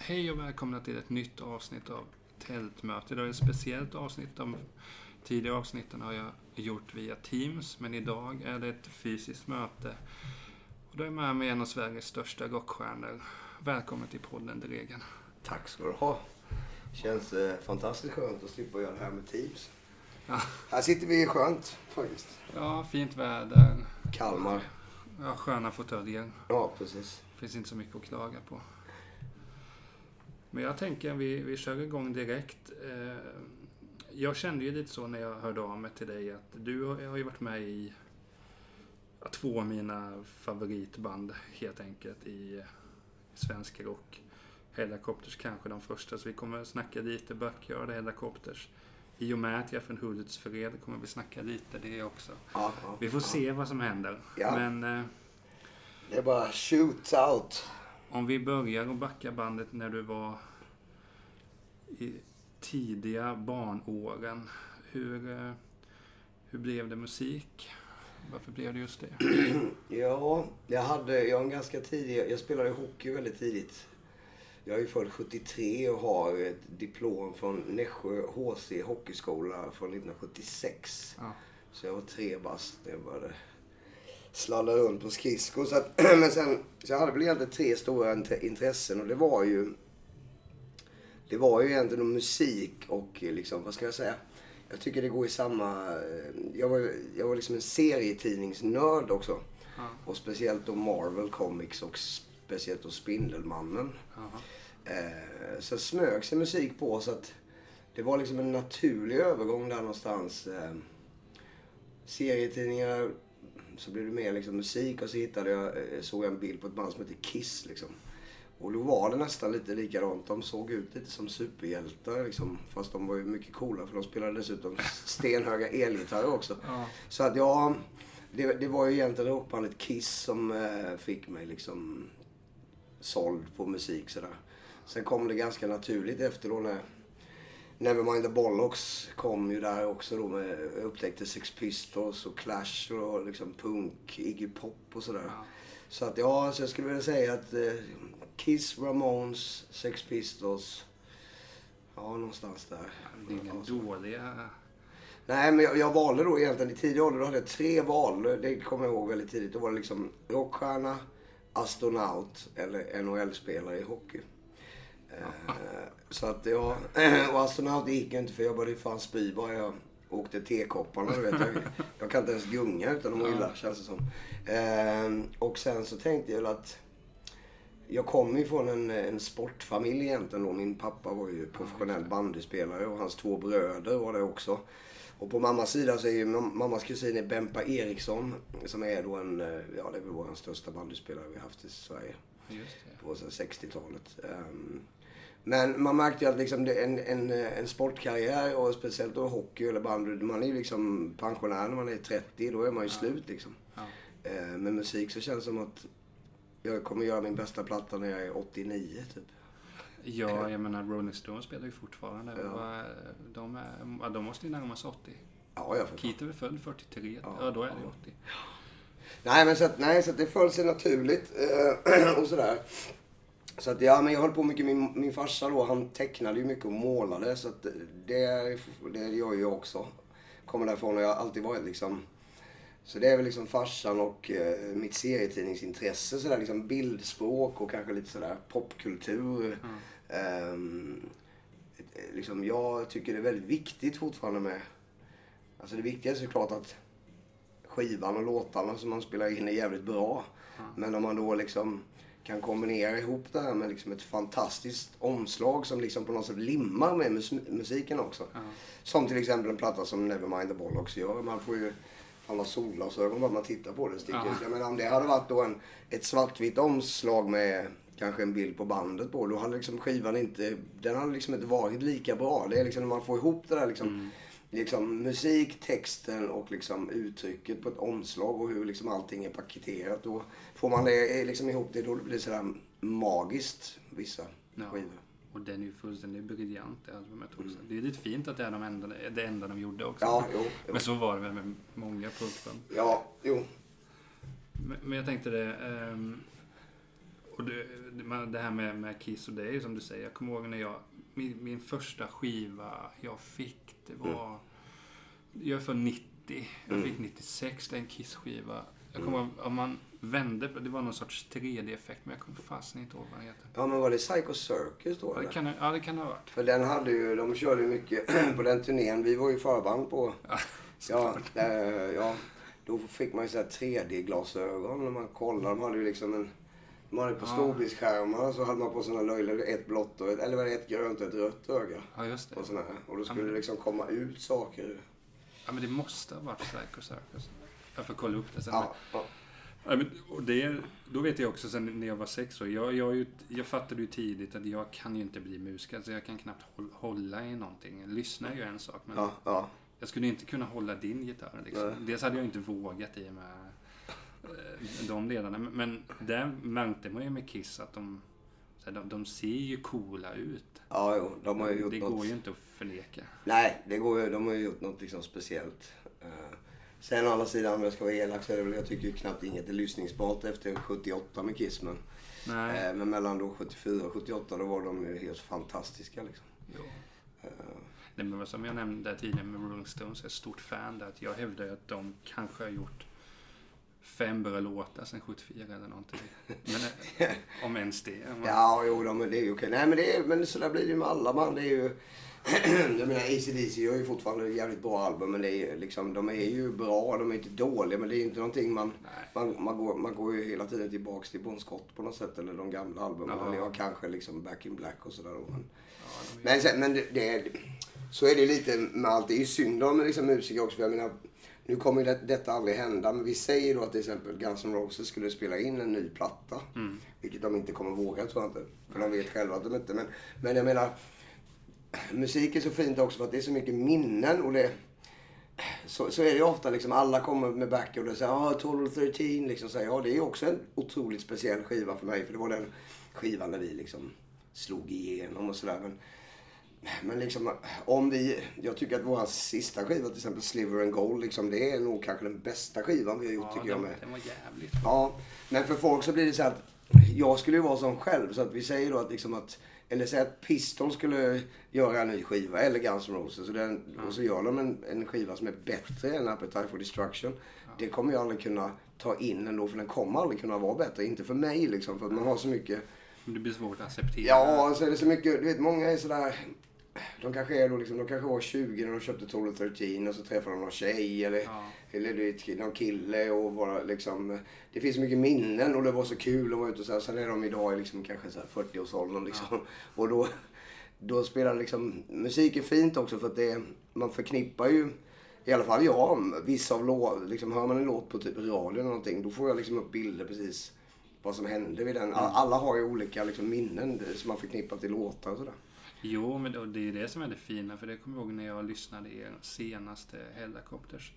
Hej och välkomna till ett nytt avsnitt av Tältmöte. Det är ett speciellt avsnitt. De tidigare avsnitten har jag gjort via Teams, men idag är det ett fysiskt möte. Och då är jag med en av Sveriges största rockstjärnor. Välkommen till podden Dregen. Tack ska du ha. Känns fantastiskt skönt att slippa göra det här med Teams. Ja. Här sitter vi skönt faktiskt. Ja, fint väder. Kalmar. Ja, sköna fåtöljer. Ja, precis. Finns inte så mycket att klaga på. Men jag tänker att vi kör igång direkt. Jag kände ju lite så när jag hörde av mig till dig att du har ju varit med i två av mina favoritband helt enkelt i svensk rock. Hellacopters kanske de första, så vi kommer att snacka lite Backyard, Hellacopters. I och med att jag är från Hudets Fred kommer vi snacka lite det också. Ja, vi får se vad som händer. Ja. Men det är bara shoot out. Om vi börjar och backa bandet när du var i tidiga barnåren. Hur blev det musik? Varför blev det just det? Ja, jag har en ganska tidig... Jag spelade hockey väldigt tidigt. Jag är ju född 73 och har ett diplom från Nässjö HC hockeyskola från 1976. Ja. Så jag var 3 bast när jag började sladda runt på skridskor. Så jag hade väl egentligen 3 stora intressen, och det var ju egentligen musik och liksom, vad ska jag säga? Jag tycker det går i samma... Jag var liksom en serietidningsnörd också. Ja. Och speciellt då Marvel Comics och speciellt då Spindelmannen. Så smög sig musik på, så att det var liksom en naturlig övergång där någonstans. Serietidningar, så blev det mer liksom musik, och så såg jag en bild på ett band som heter Kiss liksom. Och då var det nästan lite likadant. De såg ut lite som superhjältar liksom. Fast de var ju mycket coola, för de spelade dessutom stenhöga elgitarrer också. Ja. Så att det var ju egentligen rockbandet Kiss som fick mig liksom såld på musik sådär. Sen kom det ganska naturligt efter då när Nevermind the Bollocks kom ju där också då, med upptäckte Sex Pistols och Clash och liksom punk, Iggy Pop och sådär. Ja. Så att så jag skulle vilja säga att Kiss, Ramones, Sex Pistols, ja någonstans där. Det är ingen dåliga... Nej, men jag valde då egentligen i tidig ålder, då hade jag 3 val. Det kommer jag ihåg väldigt tidigt. Då var det liksom rockstjärna, astronaut eller NHL-spelare i hockey. Så att och astronaut gick inte, för jag började fan spy bara jag åkte tekopparna, du vet. Jag kan inte ens gunga utan att må illa, känns det som. Och sen så tänkte jag att jag kom ifrån en sportfamilj egentligen då. Min pappa var ju professionell bandyspelare och hans 2 bröder var det också. Och på mammas sida så är ju mammas kusin är Bempa Eriksson, som är då det är väl vår största bandyspelare vi har haft i Sverige. Just det. På 60-talet. Men man märkte ju att liksom en sportkarriär, och speciellt då hockey eller bandy, man är ju liksom pensionär när man är 30, då är man ju slut liksom. Ja. Med musik så känns det som att jag kommer göra min bästa platta när jag är 89 typ. Ja, jag menar Rolling Stones spelar ju fortfarande. Ja. De måste ju närma sig 80. Ja, jag Keith är väl född 43. Ja, då är det 80. Nej, men så att det föll sig naturligt och sådär. Så att men jag höll på mycket, min farsa då, han tecknade ju mycket och målade, så att det gör jag också. Kommer därifrån, och jag har alltid varit liksom, så det är väl liksom farsan och mitt serietidningsintresse sådär, liksom bildspråk och kanske lite sådär popkultur. Liksom jag tycker det är väldigt viktigt fortfarande med, alltså det viktiga är såklart att skivan och låtarna som man spelar in är jävligt bra. Men om man då liksom kan kombinera ihop det här med liksom ett fantastiskt omslag som liksom på något sätt limmar med musiken också. Som till exempel en platta som Nevermind the Bollocks gör. Man får ju alla solglasögon bara man tittar på det. Jag menar, om det hade varit då ett svartvitt omslag med kanske en bild på bandet på, då hade liksom skivan inte varit lika bra. Det är liksom när man får ihop det där liksom musik, texten och liksom uttrycket på ett omslag och hur liksom allting är paketerat. Då får man det liksom ihop det, då blir det sådär magiskt, vissa skivor. Och den är ju fullständigt briljant, det albumet också. Det är lite fint att det är det enda de gjorde också. Ja, jo. Men så var det väl med många punkter. Ja, jo. Men jag tänkte det... Och det här med Kiss, och det är ju som du säger. Jag kommer ihåg när min första skiva jag fick, det var... Jag är för 90. Jag fick 96, det är en Kiss-skiva. Jag kommer ihåg, om man vände, det var någon sorts 3D-effekt, men jag kommer fastna inte ihåg vad den heter. Ja, men var det Psycho Circus då? Ja, det kan det ha varit. För den hade ju, de körde ju mycket på den turnén. Vi var ju förband på... Ja, då fick man ju så här 3D-glasögon när man kollade. De hade ju liksom de hade på storbildsskärmar, så hade man på såna löjliga ett blått och ett grönt och ett rött öga. Ja, just det. Och då skulle det liksom komma ut saker. Ja, men det måste ha varit Psycho Circus. Jag får kolla upp det sen. Ja. Ja, men, och då vet jag också sen när jag var 6 år. Jag fattade ju tidigt att jag kan ju inte bli musiker. Så jag kan knappt hålla i någonting. Lyssna är ju en sak. Men jag skulle inte kunna hålla din gitarr. Liksom. Dels hade jag inte vågat i med de delarna. Men där märkte man ju med Kiss att de ser ju coola ut. Ja, jo, de har ju gjort det något... går ju inte att förneka. Nej, de har ju gjort något liksom speciellt. Sen å andra sidan, om jag ska vara elak, så är det väl, jag tycker knappt inget är lyssningsbart efter 78 med Kiss. Men mellan då 74 och 78 då var de ju helt fantastiska liksom. Jo. Nej, men som jag nämnde tidigare med Rolling Stones, är ett stort fan där. Att jag hävdar ju att de kanske har gjort 5 bra låtar sen 74 eller någonting. Men om ens det. Ja, jo, det är ju okej. Nej, men så där blir det ju med alla man. Det är ju... Jag menar, AC/DC gör ju fortfarande jävligt bra album, men det är liksom, de är ju bra, de är inte dåliga, men det är inte någonting man går ju hela tiden tillbaks till Bon Scott på något sätt, eller de gamla albumen, eller kanske liksom Back in Black och sådär. Men så är det lite med allt. Det är ju synd om liksom musiker också, för jag menar, nu kommer detta aldrig hända, men vi säger då att till exempel Guns N' Roses skulle spela in en ny platta, vilket de inte kommer våga, tror jag inte, för de vet själva att de inte, men jag menar, musik är så fint också för att det är så mycket minnen, och så är det ju ofta liksom, alla kommer med back och säger Total 13 liksom, säger det är också en otroligt speciell skiva för mig, för det var den skivan när vi liksom slog igenom och sådär, men liksom, jag tycker att vår sista skiva, till exempel Sliver and Gold, liksom, det är nog kanske den bästa skivan vi har gjort, tycker jag med. Den var jävligt. Ja, men för folk så blir det så att jag skulle ju vara som själv, så att vi säger då att liksom att, eller säg att Pistol skulle göra en ny skiva, eller Guns N' Roses, och så gör de en skiva som är bättre än Appetite for Destruction. Det kommer jag aldrig kunna ta in ändå, för den kommer aldrig kunna vara bättre, inte för mig liksom, för att man har så mycket... Det blir svårt att acceptera. Ja, så är det så mycket, du vet, många är sådär... De kanske var 20 när de köpte Total 13, och så träffade de någon tjej eller någon kille, och bara liksom, det finns så mycket minnen, och det var så kul att vara ute och så här. Sen är de idag liksom kanske så här 40-årsåldern liksom, och då spelar liksom, musik är fint också, för att man förknippar ju, i alla fall vissa av låt, liksom, hör man en låt på typ radio eller någonting, då får jag liksom upp bilder precis vad som hände vid den. Alla har ju olika liksom minnen som man förknippar till låtar och sådär. Jo, men det är det som är det fina, för det kommer jag ihåg när jag lyssnade i er senaste Hellacopters.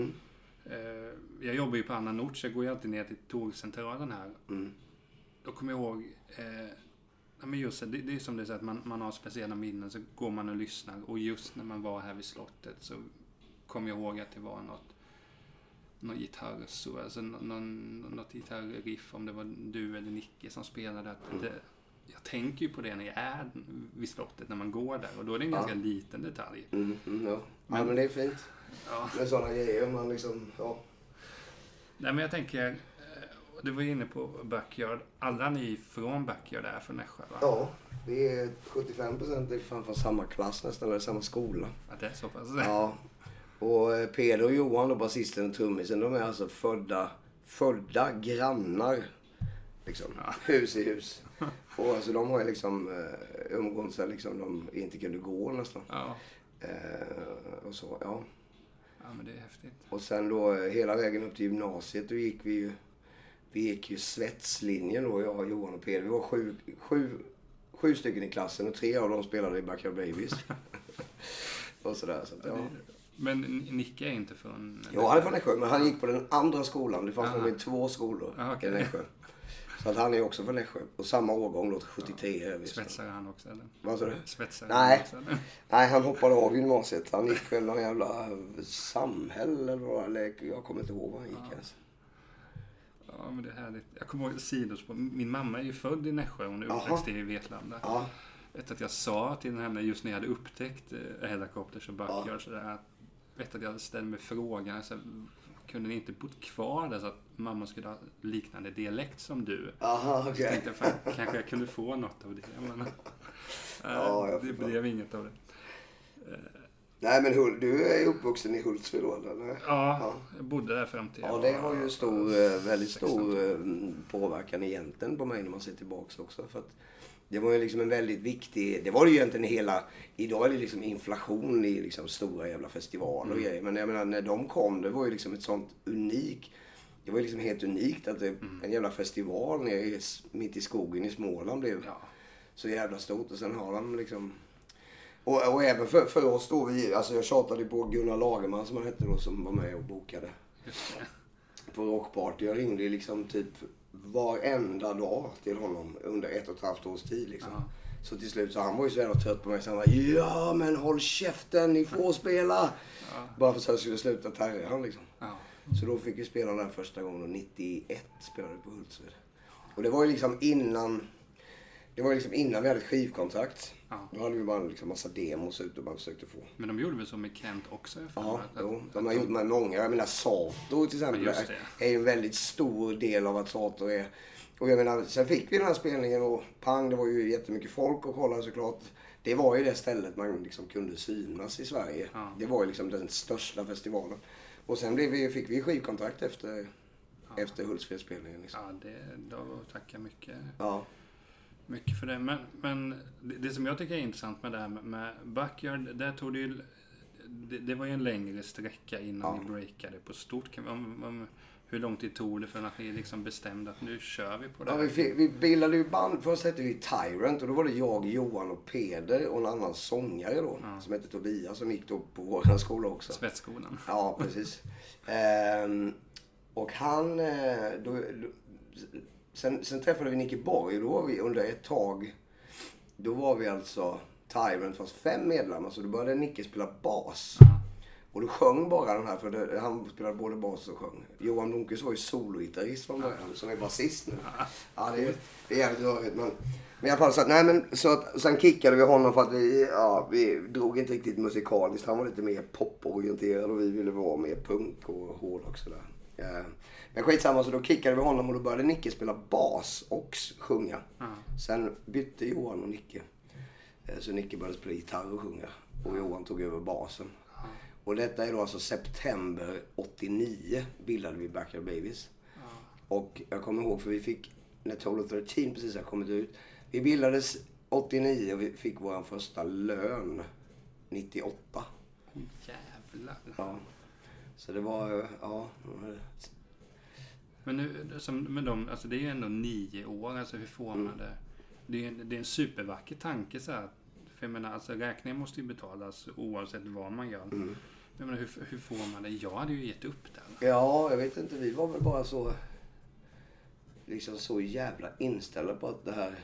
Jag jobbar ju på annan ort, så jag går ju alltid ner till tågcentralen här. Då kommer jag ihåg, men just det är som det är, att man har speciella minnen, så går man och lyssnar, och just när man var här vid slottet så kommer jag ihåg att det var någon gitarr, så, alltså något gitarriff, om det var du eller Nicke som spelade, att jag tänker ju på det när jag är vid slottet, när man går där, och då är det en ganska liten detalj. Men det är fint. Med sådana grejer, man liksom, Nej, men jag tänker, du var inne på Backyard. Alla ni från Backyard är från Nässjö, va? Ja, vi är 75% är fan från samma klass nästan, eller samma skola. Att det är så pass? Ja, och Peder och Johan, och basisten och trummisen, de är alltså födda grannar. Liksom, hus i hus. Och alltså de har ju liksom umgått sig, liksom de inte kunde gå nästan. Och så, Ja, men det är häftigt. Och sen då hela vägen upp till gymnasiet, då gick vi gick ju svetslinjen då, jag, Johan och Peder. Vi var sju stycken i klassen, och 3 av dem spelade i Backyard Babies. Och sådär, så att, Men Nicke är inte från... Jo, han är från Nässjö, men han gick på den andra skolan. Det fanns nämligen 2 skolor i Nässjö. Så att han är också från Nässjö. Och samma årgång då, 73. Svetsar han också, eller? Vad sa du? Svetsar Nej. Också, eller? Nej, han hoppade av gymnasiet. Han gick väl någon jävla samhälle eller jag kommer inte ihåg vad han gick ens. Ja, men det är härligt. Jag kommer ihåg sidospår. Min mamma är ju född i Nässjö. Hon är uppväxt i Vetlanda. Ja. Vet att jag sa till henne just när jag hade upptäckt Hellacopters och Backyard så där, vet att jag ställde mig frågan så kunde ni inte bott kvar där så att mamma skulle ha liknande dialekt som du? Aha, Så okej. tänkte jag, kanske jag kunde få något av det. Men det blev inget av det. Nej, men du är uppvuxen i Hultsfred då, eller? Ja, jag bodde där fram till Ja, det har ju väldigt stor påverkan egentligen på mig när man ser tillbaka också. För att det var ju liksom en väldigt viktig, det var det ju egentligen hela, idag är det liksom inflation i liksom stora jävla festivaler och grejer. Men jag menar, när de kom, det var ju liksom ett sånt det var ju liksom helt unikt att en jävla festival nere mitt i skogen i Småland blev så jävla stort. Och sen har de liksom, och även för oss då, alltså jag tjatade på Gunnar Lagerman som han hette då, som var med och bokade på Rockparty. Jag ringde liksom typ varenda dag till honom under 1,5 års tid liksom. Så till slut så han var ju så jävla trött på mig så han var ja men håll käften, ni får spela. Bara för att jag skulle sluta terra han liksom. Så då fick vi spela den första gången och 91 spelade vi på Hultsfred. Och det var ju liksom innan vi hade ett skivkontrakt. Då hade vi bara liksom massa demos ute och bara försökte få. Men de gjorde väl så med Kent också? De har gjort med många. Jag menar Sato till exempel är ju en väldigt stor del av att Sato är. Och jag menar, sen fick vi den här spelningen och pang, det var ju jättemycket folk och kolla såklart. Det var ju det stället man liksom kunde synas i Sverige. Det var ju liksom den största festivalen. Och sen fick vi skivkontrakt efter Hultsfredsspelningen. Liksom. Ja, då tackar mycket. Ja. Mycket för det. Men det som jag tycker är intressant med det här med Backyard, där tog det ju, det var ju en längre sträcka innan ni breakade på stort. Hur lång tid tog det för att ni liksom bestämde att nu kör vi på det här? Ja, vi bildade ju band. Först hette vi Tyrant och då var det jag, Johan och Peder och en annan sångare då. Som hette Tobias som gick då på vår skola också. Svetsskolan. Ja, precis. Och han... Sen träffade vi Nicke Borg och då var vi under ett tag... Då var vi alltså Tyrant fast 5 medlemmar så då började Nicke spela bas. Och då sjöng bara den här, för han spelade både bas och sjöng. Johan Blomqvist var ju sologitarrist från början, som är basist nu. Ja, det är jävligt rörigt. Men i alla fall sen kickade vi honom för att vi drog inte riktigt musikaliskt. Han var lite mer poporienterad och vi ville vara mer punk och hårdrock sådär. Men skitsamma, så då kickade vi honom och då började Nicke spela bas och sjunga. Sen bytte Johan och Nicke. Så Nicke började spela gitarr och sjunga. Och Johan tog över basen. Och detta är då alltså september 89 bildade vi Backyard Babies. Och jag kommer ihåg för vi fick, när Total 13 precis har kommit ut. Vi bildades 89 och vi fick vår första lön 98. Jävlar. Ja. Så det var, Men nu, med dem, alltså det är ju ändå 9 år, alltså hur får man det? Det är en supervacker tanke så här. För jag menar, alltså räkningen måste ju betalas oavsett vad man gör. Jag menar, hur får man det? Jag hade ju gett upp där. Ja, jag vet inte. Vi var väl bara så liksom så jävla inställda på att det här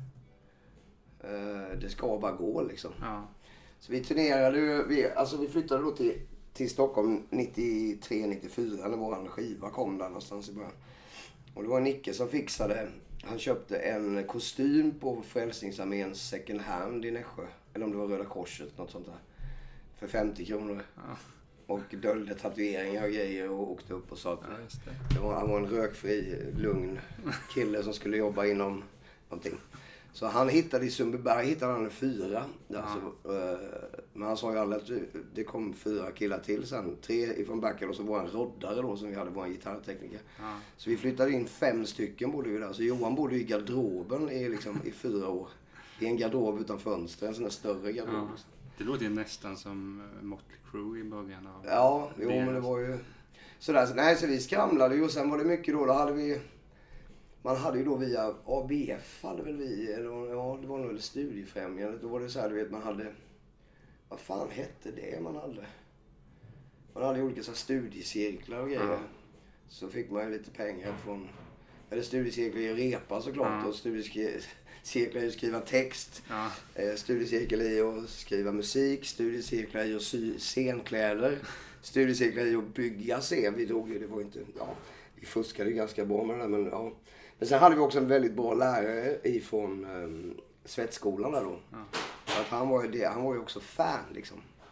det ska bara gå liksom. Så vi turnerade vi flyttade då till Stockholm 93-94 när våran skiva kom där någonstans i början. Och det var Nicke som fixade. Han köpte en kostym på Frälsningsarméns second hand i Nässjö. Eller om det var Röda Korset, något sånt där. För 50 kronor. Och döljde tatueringar och grejer och åkte upp och sa att han var en rökfri, lugn kille som skulle jobba inom någonting. Så han hittade i Sundbyberg en 4. Alltså, men han sa ju aldrig att det kom 4 killar till sen. 3 ifrån Backyard och så var en roddare då som vi hade, var en gitarrtekniker. Så vi flyttade in 5 stycken bodde vi där. Så Johan bodde i garderoben i 4 år. I en garderob utan fönster, en sån där större garderob. Det låter ju nästan som Motley Crue i början av... Ja, men det var ju... Så vi skramlade ju och sen var det mycket då hade vi... Man hade ju då via ABF hade väl vi, eller det var nog Studiefrämjandet. Då var det så här, du vet, man hade... Vad fan hette det man hade? Man hade olika så här studiecirklar och grejer. Så fick man ju lite pengar från... Eller studiecirklar i repa såklart. Och studiecirklar i att skriva text. Studiecirklar i att skriva musik. Studiecirklar i att sy scenkläder. Studiecirklar i att bygga scen. Vi drog ju, det var inte... vi fuskade ju ganska bra med det där, men ja. Men sen hade vi också en väldigt bra lärare ifrån svetsskolan där då. Ja. Så att han var ju också fan liksom.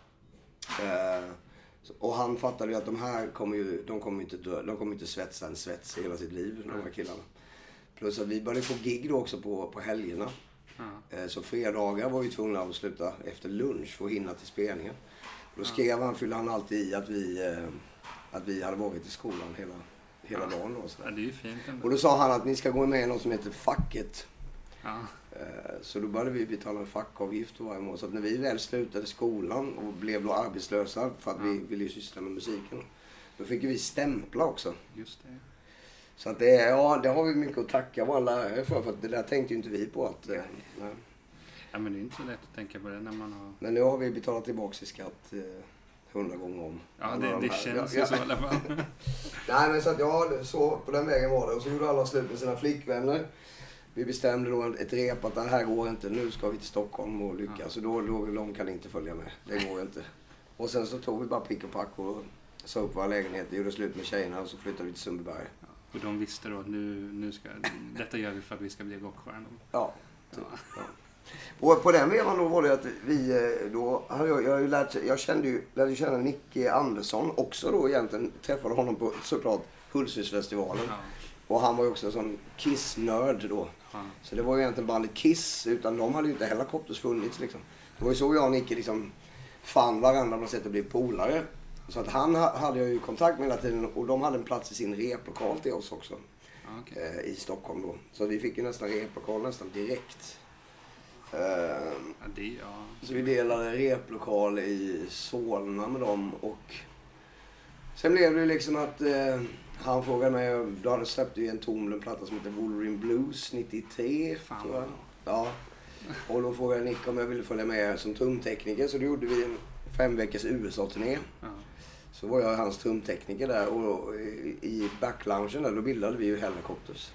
Och han fattade ju att de kommer inte svetsa en svets i hela sitt liv, de här killarna. Plus att vi började få gig då också på helgerna. Ja. Så fredagar var vi tvungna att sluta efter lunch för att hinna till spelningen. Då fyllde han alltid i att vi hade varit i skolan hela dagen då. Ja, det är ju fint ändå. Och då sa han att ni ska gå med i något som heter facket. Ja. Så då började vi betala en fackavgift varje månad. Så att när vi väl slutade skolan och blev då arbetslösa för att vi ville ju syssla med musiken. Då fick vi stämpla också. Just det. Så att det har vi mycket att tacka våra lärare för att det där tänkte ju inte vi på att... Nej. Ja, men det är inte så lätt att tänka på det när man har... Men nu har vi betalat tillbaka i skatt 100 gånger om. Ja, det känns ju så i alla fall. Nej, men så att så på den vägen var det. Och så gjorde alla slut med sina flickvänner. Vi bestämde då ett rep att det här går inte. Nu ska vi till Stockholm och lyckas. Ja. Så då de kan inte följa med. Det går inte. Och sen så tog vi bara pick och pack och sa upp våra lägenheter. Gjorde slut med tjejerna och så flyttade vi till Sundbyberg. Ja. Och de visste då att detta gör vi för att vi ska bli rockstjärnor. Ja. Och på den vevan då var det att jag lärde känna Nicke Andersson också då egentligen. Träffade honom på såklart Hultsfredsfestivalen. Ja. Och han var ju också en sån Kiss-nörd då. Ja. Så det var ju egentligen bandet Kiss, utan de hade ju inte Hellacopters funnits liksom. Det var ju så jag och Nicke liksom fann varandra på sätt att bli polare. Så att han hade jag ju kontakt med hela tiden och de hade en plats i sin replokal till oss också. Okay. I Stockholm då. Så vi fick ju nästan replokal nästan direkt. Så vi delade replokal i Solna med dem och sen blev det liksom att han frågade mig, då hade släppt ju en platta som heter Wolverine Blues 93. Fan. Tror jag. Ja. Och då frågade Nick om jag ville följa med som trumtekniker, så då gjorde vi en 5 veckors USA-turné. Ja. Så var jag hans trumtekniker där och i backloungen där, då bildade vi ju Hellacopters.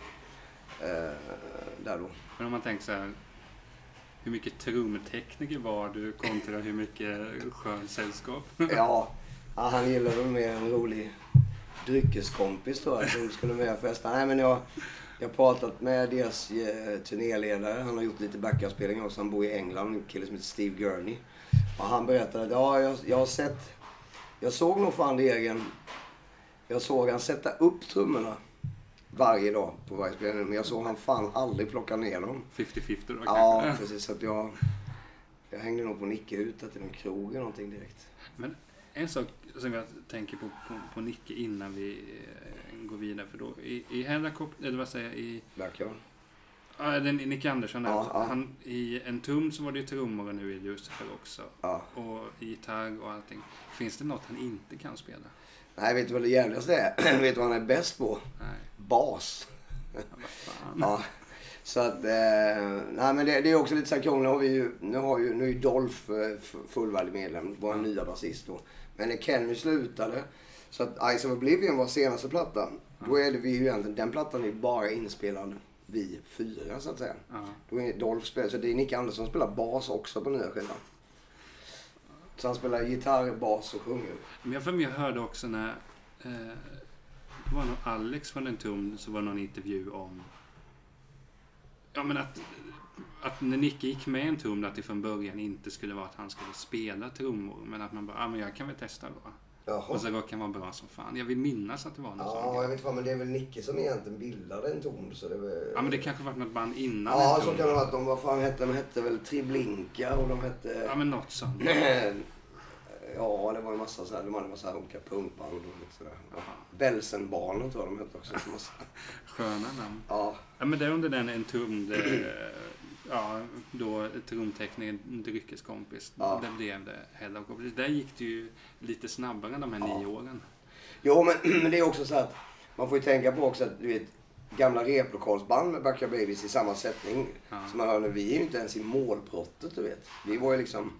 Där då. Men om man tänker så här, hur mycket trumtekniker var du kontra hur mycket skönsällskap? Ja, han gillade med en rolig dryckeskompis tror jag som skulle med och festa. Nej, men jag har pratat med deras turnéledare. Han har gjort lite backup-spelningar också. Han bor i England, en kille som heter Steve Gurney. Och han berättade att jag såg nog fan Degen. Jag såg han sätta upp trummorna varje dag på varje spelning. Men jag såg han fan aldrig plocka ner dem. 50-50 då? Ja, precis. Så att jag hängde nog på Nicke ute till en krog eller någonting direkt. Men en sak som jag tänker på Nicke innan vi går vidare. För då i Hellacopter, eller vad säger jag? I Backyard. Ja, den Nicke Andersson. Ja. Han, i en tum så var det ju trummor och nu i Lucifer också. Ja. Och gitarr och allting. Finns det något han inte kan spela? Nej, vet du vad det jävligaste är? Vet du vad han är bäst på? Nej. Bas. Ja, vad fan. Ja. Så att, nej men det är också lite så här krångligt. Nu är ju Dolph fullvärdig medlem, vår nya basist då. Men när Kenny slutade, så att Eyes of Oblivion var senaste plattan, då är det vi ju egentligen, den plattan är bara inspelad vi 4 så att säga. Då är Dolph spelar, så det är Nicke Andersson som spelar bas också på nya skivan. Så han spelar gitarr, bas och sjunger. Men jag hörde också när det var nog Alex från en tum, så var någon intervju om men att när Nicke gick med en tum, att det från början inte skulle vara att han skulle spela trummor, men att man bara, men jag kan väl testa då. Jaha. Och så kan vara bra som fan. Jag vill minnas att det var något sånt. Ja, jag vet inte, men det är väl Nicke som egentligen bildade en ton. Så det var... Ja, men det kanske varit något band innan. Ja, så kan det vara att de hette väl Triblinka och de hette... Ja, men något sånt. Ja, det var en massa så här, de hade en massa olika punkband och lite sådär. Ja. Belsenbarnen tror jag de hette också. Sköna namn. Ja. Ja, men det är under den en tum då trumtekniken, dryckeskompis. Ja. Där blev det Hellacopters. Där gick det ju lite snabbare än de här 9 åren. Jo, men det är också så att man får ju tänka på också att du vet, gamla replokalsband med Backyard Babies i samma sättning. Ja. Som man hör nu, vi är ju inte ens i målbrottet, du vet. Vi var ju liksom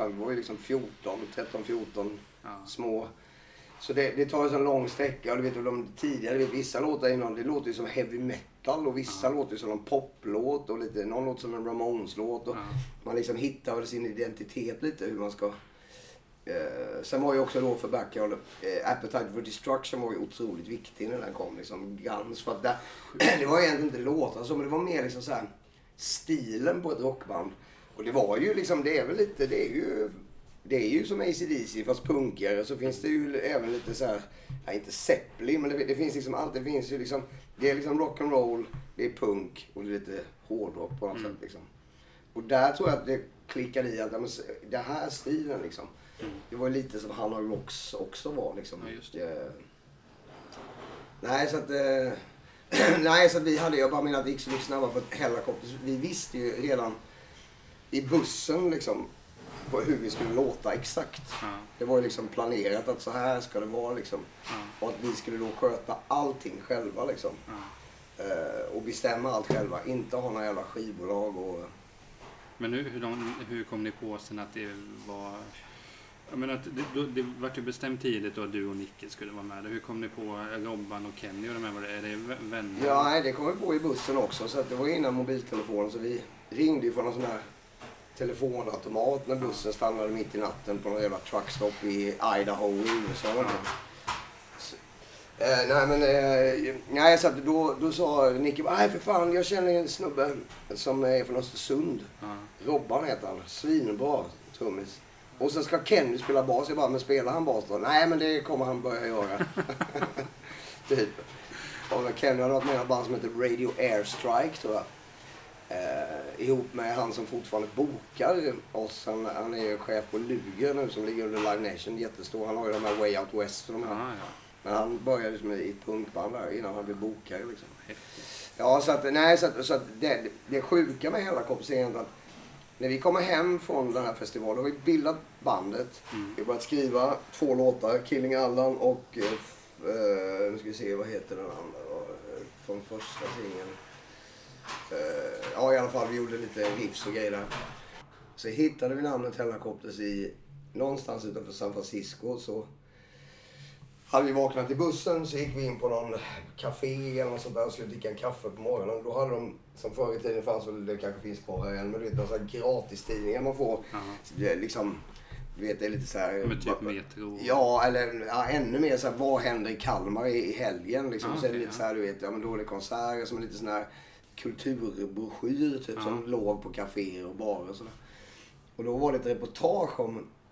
13-14 små. Så det tar en sån lång sträcka. Och du vet, de tidigare, vissa låtar innan, det låter ju som heavy metal och vissa låter som en poplåt och någon låter som en Ramones-låt. Och man liksom hittar väl sin identitet lite, hur man ska Sen var ju också då för Backyard, Appetite for Destruction var ju otroligt viktig när den kom. Liksom, Guns, för att det var egentligen inte låtar så, men det var mer liksom så här, stilen på ett rockband. Och det var ju liksom, det är ju som AC/DC fast punkigare. Så finns det ju även lite så här, inte Zeppelin, men det finns liksom allt. Det finns ju liksom, det är liksom rock'n'roll, det är punk och det är lite hårdrock på något sätt liksom. Och där tror jag att det klickade i att det här stilen liksom. Det var lite som Hanna Rocks också var liksom. Ja, just det. Nej, så att vi hade, jag bara menar att det gick så mycket snabbare för att Hellacopters, vi visste ju redan i bussen liksom på hur vi skulle låta exakt. Ja. Det var ju liksom planerat att så här ska det vara liksom. Ja. Och att vi skulle då sköta allting själva liksom. Ja. Och bestämma allt själva, inte ha några jävla skivbolag och... Men hur kom ni på sen att det var... Jag menar att det var ju bestämt tidigt då att du och Nicke skulle vara med. Hur kom ni på Robban och Kenny och de här? Är det vänner? Ja, nej, det kom vi på i bussen också. Så att det var innan mobiltelefonen. Så vi ringde ju från en sån här telefonautomat när bussen stannade mitt i natten på någon jävla truckstop i Idaho i USA. Ja. Nej, så att då sa Nicke, nej för fan, jag känner en snubbe som är från Östersund. Ja. Robban heter han, svinbra trummis. Och sen ska Kenny spela bas. Jag bara, men spelar han bas då? Nej, men det kommer han börja göra. Typ. Och Kenny hade varit med i ett band som heter Radio Airstrike, tror jag. Ihop med han som fortfarande bokar oss. Han är chef på Luger nu som ligger under Live Nation. Jättestor. Han har ju de här Way Out West och de här. Ja. Men han började liksom i ett punkband där innan han blev bokare liksom. Ja, så att det sjuka med hela kompiseringen att när vi kommer hem från den här festivalen har vi bildat bandet. Vi har börjat skriva 2 låtar, Killing Allan och nu ska vi se, vad heter den andra från första singeln. Ja, i alla fall, vi gjorde lite riffs och grejer där. Så hittade vi namnet Hellacopters i någonstans utanför San Francisco. Så hade vi vaknat i bussen så gick vi in på någon café eller något sånt där och skulle dricka en kaffe på morgonen. Då hade de, som förr i tiden fanns, och det kanske finns kvar här än, men du vet, några gratistidningar man får. Det är liksom, du vet, det är lite så här... Men typ Metro? Ja, eller ännu mer så här, vad händer i Kalmar i helgen liksom. Så är det lite så här, du vet, ja men då är det konserter som är lite sån här kulturbroschyr typ, som låg på kaféer och barer och sådär. Och då var det ett reportage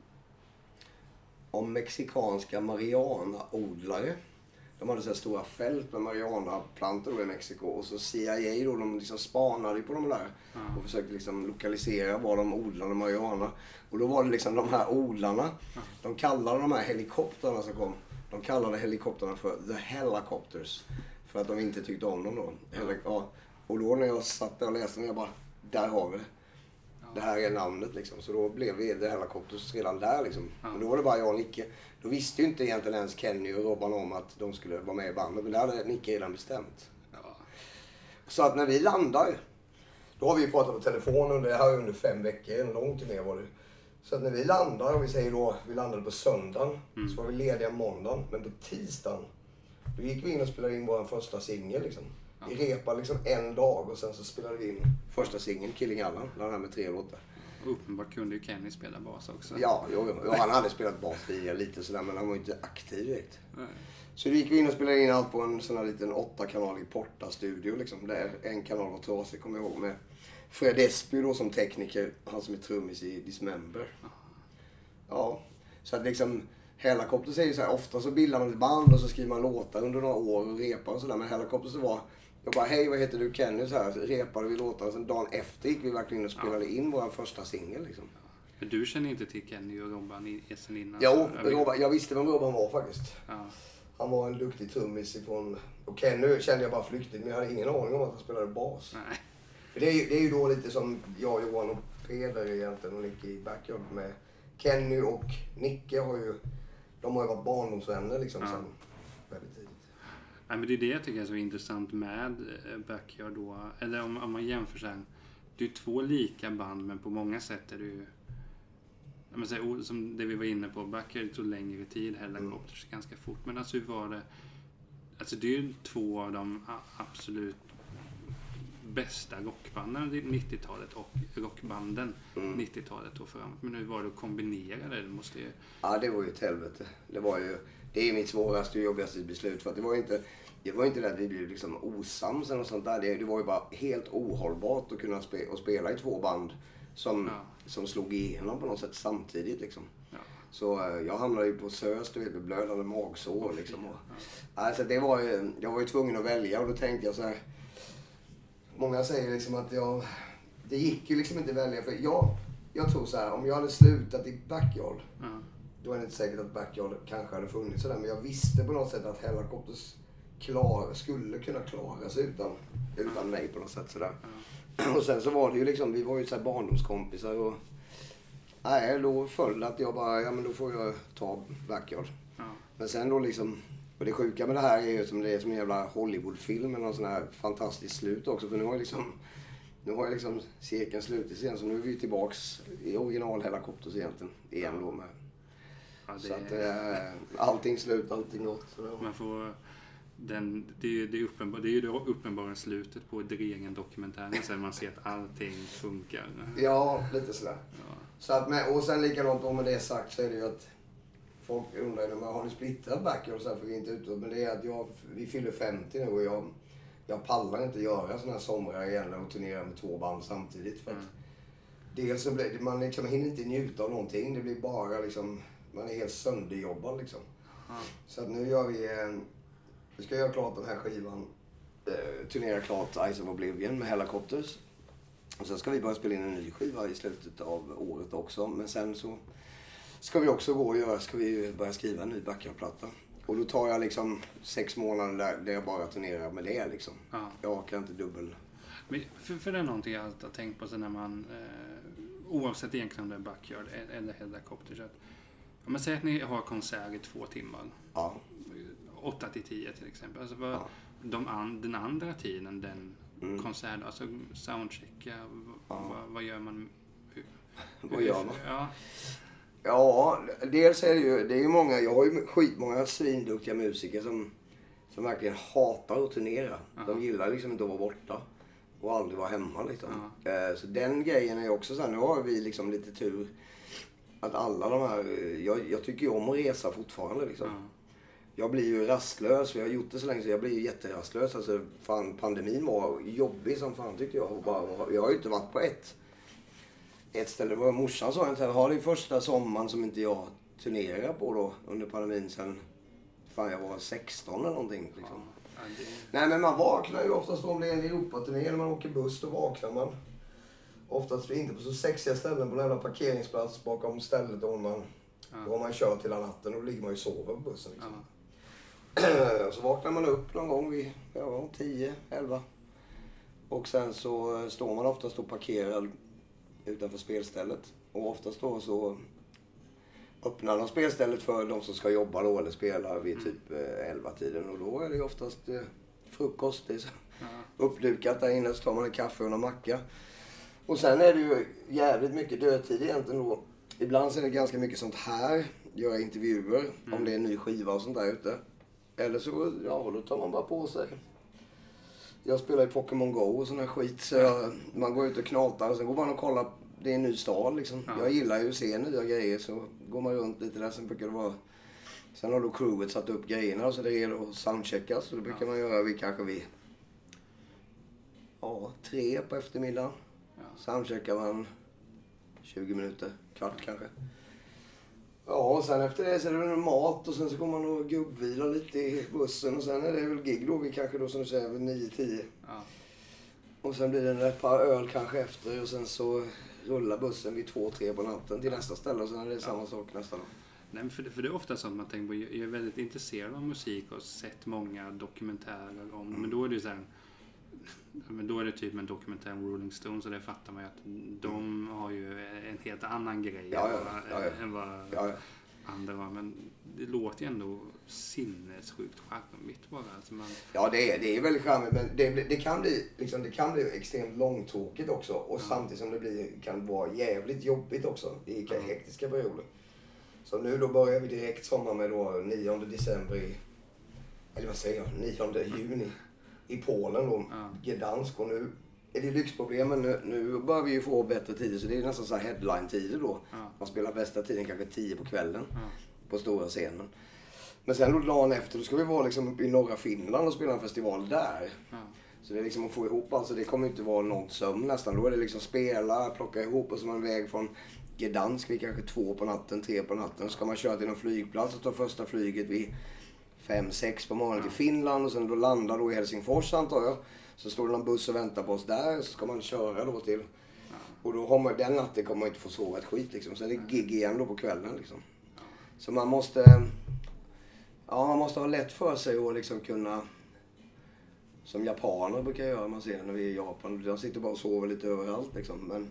om mexikanska marijuana-odlare. De hade så här stora fält med marijuana-plantor i Mexiko. Och så CIA då, de liksom spanade på de där. Och försökte liksom lokalisera var de odlade marijuana. Och då var det liksom de här odlarna. De kallade de här helikoptrarna som kom. De kallade helikoptrarna för The Hellacopters. För att de inte tyckte om dem då. Ja. Och då när jag satt där och läste den, jag bara, där har vi det. Det här är namnet liksom. Så då blev vi The Hellacopters redan där liksom. Men då var det bara jag och Nicke. Då visste ju inte egentligen ens Kenny och Robban om att de skulle vara med i bandet. Men det hade Nicke redan bestämt. Ja. Så att när vi landar, då har vi pratat på telefon under, det här under 5 veckor. En lång turné var det. Så att när vi landar, och vi säger då, vi landade på söndagen. Så var vi lediga måndagen. Men på tisdagen, då gick vi in och spelade in vår första singel liksom. Vi repade liksom en dag och sen så spelade vi in första singeln, Killing Allan, den här med 3 låtar. Uppenbart kunde ju Kenny spela bas också. Ja, han hade spelat bas tidigare lite sådär, men han var inte aktiv direkt. Nej. Så gick vi in och spelade in allt på en sån här liten 8-kanalig Porta-studio liksom. Där en kanal var trasig, kommer jag ihåg, med Fred Esby då som tekniker, han som är trummis i Dismember. Ja, så att liksom Hellacopters säger så här, ofta så bildar man ett band och så skriver man låtar under några år och repar och sådär. Men Hellacopters var, jag bara, hej vad heter du, Kenny? Så här, så repade vi låtar och sen dagen efter gick vi verkligen in och spelade in vår första singel liksom. Men du känner inte till Kenny och Robban sen innan? Jo, jag visste vem Robban var faktiskt. Ja. Han var en duktig trummis ifrån, och Kenny kände jag bara flyktigt, men jag hade ingen aning om att han spelade bas. Nej. För det är ju då lite som jag, Johan och Peder egentligen och Nicke i Backyard med Kenny och Nicke de har ju varit barndomsvänner liksom sen väldigt tidigt. Nej, men det är det jag tycker är så intressant med Backyard då. Eller om man jämför så här, det är 2 lika band, men på många sätt är det ju, som det vi var inne på, Backyard tog längre tid, Hellacopters ganska fort. Men alltså hur var det, alltså det är ju 2 av de absolut bästa rockbanden 90-talet och rockbanden 90-talet och framåt. Men nu var det att kombinera det. Ja, det var ju ett helvete. Det är mitt svåraste och jobbigaste beslut. För att det var inte det att vi blev liksom osams eller något sånt där. Det var ju bara helt ohållbart att kunna spela i 2 band som slog igenom på något sätt samtidigt liksom. Ja. Så jag hamnade ju på SÖS, du vet, med blödande magsår liksom. Alltså jag var ju tvungen att välja och då tänkte jag så här. Många säger liksom att det gick ju liksom inte att välja. För jag tror så här, om jag hade slutat i Backyard, då är det inte säkert att Backyard kanske hade funnits sådär. Men jag visste på något sätt att Hellacopters skulle kunna klara sig utan mig på något sätt sådär. Och sen så var det ju liksom, vi var ju så här barndomskompisar och då föll att jag bara, men då får jag ta Backyard. Men sen då liksom, och det sjuka med det här är ju som det är som en jävla Hollywoodfilm eller någon sån här fantastisk slut också. För nu har jag liksom cirkeln slutit igen, så nu är vi tillbaks i original Hellacopters egentligen igen då med. Ja, så att allting slut, allting gott. Man får det är ju det uppenbara slutet på Dregen-dokumentären så man ser att allting funkar. Ja, lite sådär. Ja. Så att och sen likadant om med det sagt så är det ju att folk undrar ju, har ni splittrat Backyard så här, för vi är inte ute. Men det är att vi fyller 50 nu och jag pallar inte göra såna här somrar igen och turnera med 2 band samtidigt. För att dels så blir man liksom hinner inte njuta av någonting. Det blir bara liksom, man är helt sönderjobbad liksom. Så att nu vi ska göra klart den här skivan, turnera klart Ice of Oblivion med Hellacopters. Och sen ska vi börja spela in en ny skiva i slutet av året också. Men sen så ska vi också börja skriva en ny Backyard-platta. Och då tar jag liksom 6 månader där jag bara turnerar med det liksom. Jag kan inte dubbel. Men för det är någonting jag alltid har tänkt på så när man, oavsett egentligen om det är Backyard eller Hellacopters. Men säg att ni har konsert i 2 timmar. 8-10 till exempel. Alltså den andra tiden, den konsert, alltså soundchecka, vad gör man? Vad gör man? Ja, dels är det är ju många, jag har ju skitmånga svinduktiga musiker som verkligen hatar att turnera. De gillar liksom inte att vara borta och aldrig vara hemma liksom. Så den grejen är också så här, nu har vi liksom lite tur att alla de här, jag tycker ju om att resa fortfarande liksom. Jag blir ju rastlös, för jag har gjort det så länge så jag blir ju jätterastlös. Alltså fan, pandemin var jobbig som fan tyckte jag. Jag har ju inte varit på ett ställe. Det var morsan sa inte, det är första sommaren som inte jag turnerar på då under pandemin sen fan jag var 16 eller någonting liksom. Nej men man vaknar ju oftast om det är en Europaturné när man åker buss, då vaknar man. Oftast inte på så sexiga ställen på en jävla parkeringsplats bakom stället då har man kört hela natten och då ligger man ju och sover på bussen liksom. Så vaknar man upp någon gång vid 10, 11. Och sen så står man oftast och parkerad utanför spelstället. Och oftast då så öppnar de spelstället för de som ska jobba då eller spela vid typ 11-tiden. Och då är det ju oftast frukost. Det är så uppdukat där inne, så tar man en kaffe och en macka. Och sen är det ju jävligt mycket dödtid egentligen då. Ibland så är det ganska mycket sånt här. Göra intervjuer om det är en ny skiva och sånt där ute. Eller så, då tar man bara på sig. Jag spelar i Pokémon Go och sån här skit. Så man går ut och knatar och sen går man och kollar. Det är en ny stad liksom. Jag gillar ju att se nya grejer, så går man runt lite där. Sen brukar det vara... Sen har då crewet satt upp grejerna så det är redo att soundcheckas. Så det brukar man göra vid 3 på eftermiddagen. Soundcheckar man 20 minuter, kvart kanske. Ja, och sen efter det så är det mat och sen så kommer man och gubbvila lite i bussen och sen är det väl gig då, vi kanske då som du säger 9-10. Och sen blir det ett par öl kanske efter och sen så rullar bussen vid 2-3 på natten till nästa ställe och sen är det samma sak nästa dag. Nej, för det är ofta så att man tänker på, jag är väldigt intresserad av musik och har sett många dokumentärer om det, men då är det så här, men då är det typ en dokumentär om Rolling Stones och det fattar man ju att de har ju en helt annan grej än vad andra har. Men det låter ju ändå sinnessjukt charmigt bara. Alltså Ja, det är väldigt charmigt, men det kan bli extremt långtråkigt också. Och samtidigt som kan vara jävligt jobbigt också i hektiska perioder. Så nu då börjar vi direkt sommar med då 9 december eller vad säger jag, 9 juni. I Polen då, Gdansk, och nu är det lyxproblemen. Nu börjar vi ju få bättre tider, så det är nästan så här headline-tider då. Ja. Man spelar bästa tiden kanske 10 på kvällen Ja. på stora scenen. Men sen då dagen efter, då ska vi vara liksom uppe i norra Finland och spela en festival där. Ja. Så det är liksom att få ihop, alltså det kommer inte vara någon sömn nästan. Då är det liksom spela, plocka ihop och så är man iväg från Gdansk vid kanske 2 på natten, 3 på natten. Så ska man köra till någon flygplats och ta första flyget vid 5-6 på morgonen till Finland. Och sen då landar då i Helsingfors antar jag. Så står det någon buss och väntar på oss där. Så ska man köra då till. Och då har man, den natten kommer man inte få sova ett skit liksom. Så det är gig igen då på kvällen liksom. Så man måste ha lätt för sig och liksom kunna, som japaner brukar göra, man ser när vi är i Japan. De sitter bara och sover lite överallt liksom. Men,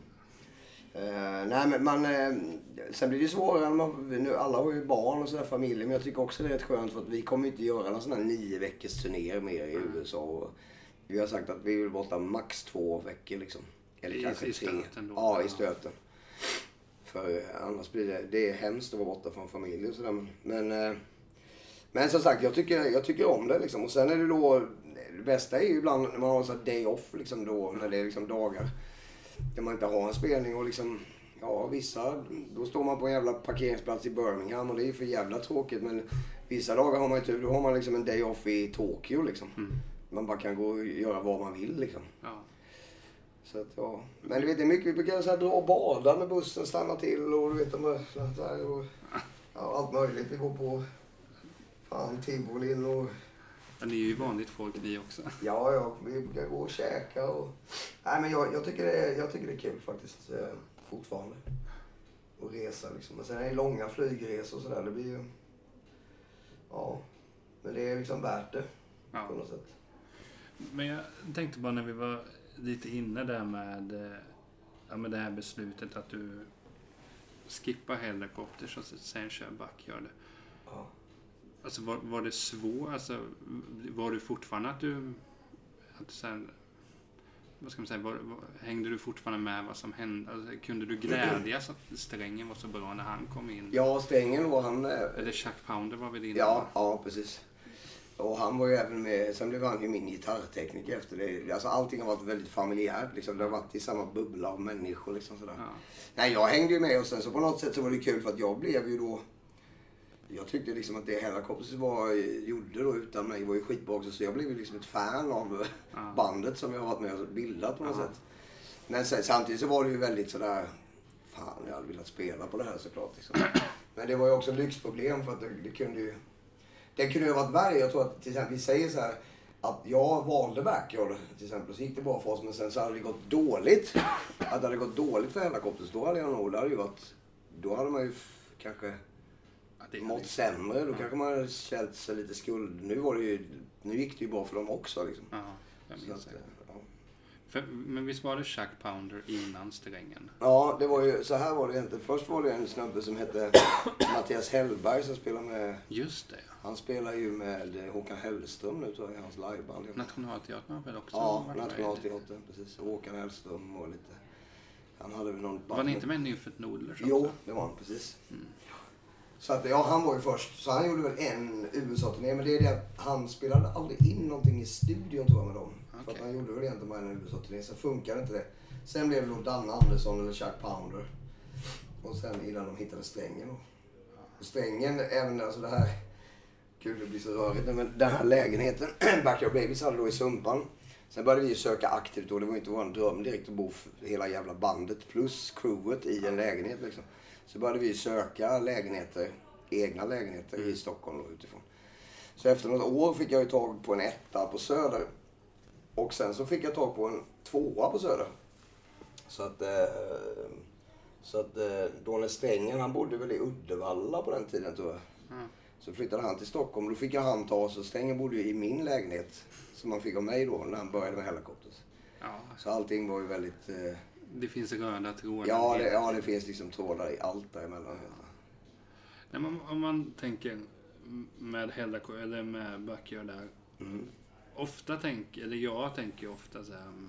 sen blir det svårare när nu alla har ju barn och sådär, familjer. Men jag tycker också det är rätt skönt för att vi kommer inte göra någon sån här 9 veckors turnéer mer i USA. Och vi har sagt att vi vill borta max 2 veckor liksom. Eller kanske 3. Stöten då. Ja, i stöten. För annars blir det är hemskt att vara borta från familj och sådär. Men som sagt, jag tycker om det liksom. Och sen är det då, det bästa är ju ibland när man har så day off liksom då, när det är liksom dagar där man inte har en spelning och liksom, ja vissa, då står man på en jävla parkeringsplats i Birmingham och det är för jävla tråkigt, men vissa dagar har man ju tur, då har man liksom en day off i Tokyo liksom. Man bara kan gå och göra vad man vill liksom. Ja. Så att, ja. Men du vet, det är mycket, vi brukar så här dra och bada med bussen, stanna till och du vet, så här, och, ja, allt möjligt. Vi går på Tivolin och... Men det är ju vanligt folk vi också. Ja, vi brukar gå och käka och... Nej, men jag tycker det är kul faktiskt, fortfarande. Och resa liksom. Men sen är det långa flygresor och sådär, det blir ju... Ja, men det är liksom värt det på något sätt. Men jag tänkte bara när vi var lite inne där med det här beslutet att du skippar Hellacopters och sen kör Backyard. Ja. Alltså var det svårt? Alltså, var du fortfarande att sen, vad ska man säga, hängde du fortfarande med vad som hände? Alltså, kunde du glädjas att Strängen var så bra när han kom in? Ja, Strängen var han... Eller Chuck Pounder var väl din? Ja, precis. Och han var ju även med, sen blev han ju min gitarrtekniker efter det. Alltså allting har varit väldigt familjärt liksom. Det har varit i samma bubbla av människor liksom sådär. Ja. Nej, jag hängde ju med och sen så på något sätt så var det kul för att jag blev ju då... Jag tyckte liksom att det Hellacopters gjorde då utan mig var ju skitbra också. Så jag blev ju liksom ett fan av bandet som jag har varit med och bildat på något sätt. Men sen, samtidigt så var det ju väldigt sådär... Fan, jag hade velat spela på det här såklart liksom. Men det var ju också lyxproblem för att det kunde ju... Det kunde ju ha varit värre. Jag tror att till exempel vi säger så här att jag valde Backyard till exempel, så gick det bra för oss, men sen så hade det gått dåligt. Att det hade gått dåligt för Hellacopters, då hade jag nog, då hade man ju kanske mått sämre. Då kanske man hade känt sig lite skuld. Nu gick det ju bra för dem också liksom. Ja, jag minns det. Ja. Men visst var det Chuck Pounder innan Strängen? Ja, det var ju, så här var det inte. Först var det en snubbe som hette Mattias Hellberg som spelar med... Just det, ja. Han spelar ju med Håkan Hellström nu, tror jag, i hans liveband. Nationalteatern har väl också? Ja, Nationalteatern, precis. Håkan Hellström och lite... Han hade väl någon... Var ni inte med Nymfet Nodler? Jo, det var han, precis. Så att, ja, han var ju först. Så han gjorde väl en USA-turné, men det är det att han spelade aldrig in någonting i studion, tror jag, med dem. Okay. För att han gjorde väl egentligen bara en USA-turné, så funkade inte det. Sen blev det då Danne Andersson eller Chuck Pounder. Och sen innan de hittade Strängen då. Och Strängen, även alltså det här... Gud, det blir så rörigt. Men den här lägenheten, Backyard Babies, hade då i Sumpan. Sen började vi söka aktivt då. Det var inte vår dröm direkt att bo hela jävla bandet plus crewet i en lägenhet liksom. Så började vi söka lägenheter, egna lägenheter i Stockholm och utifrån. Så efter något år fick jag ju tag på en 1:a på Söder. Och sen så fick jag tag på en 2:a på Söder. Så att då när Strängen, han bodde väl i Uddevalla på den tiden, tror jag. Så flyttade han till Stockholm. Då fick jag han ta oss, och Strängen bodde i min lägenhet som man fick av mig då när han började med Hellacopters. Ja. Så allting var ju väldigt... Det finns röda trådar. Ja, det finns liksom trådar i allt däremellan. Nej, men om man tänker med Hellacopters eller med Backyard där. Ofta jag tänker ofta så här...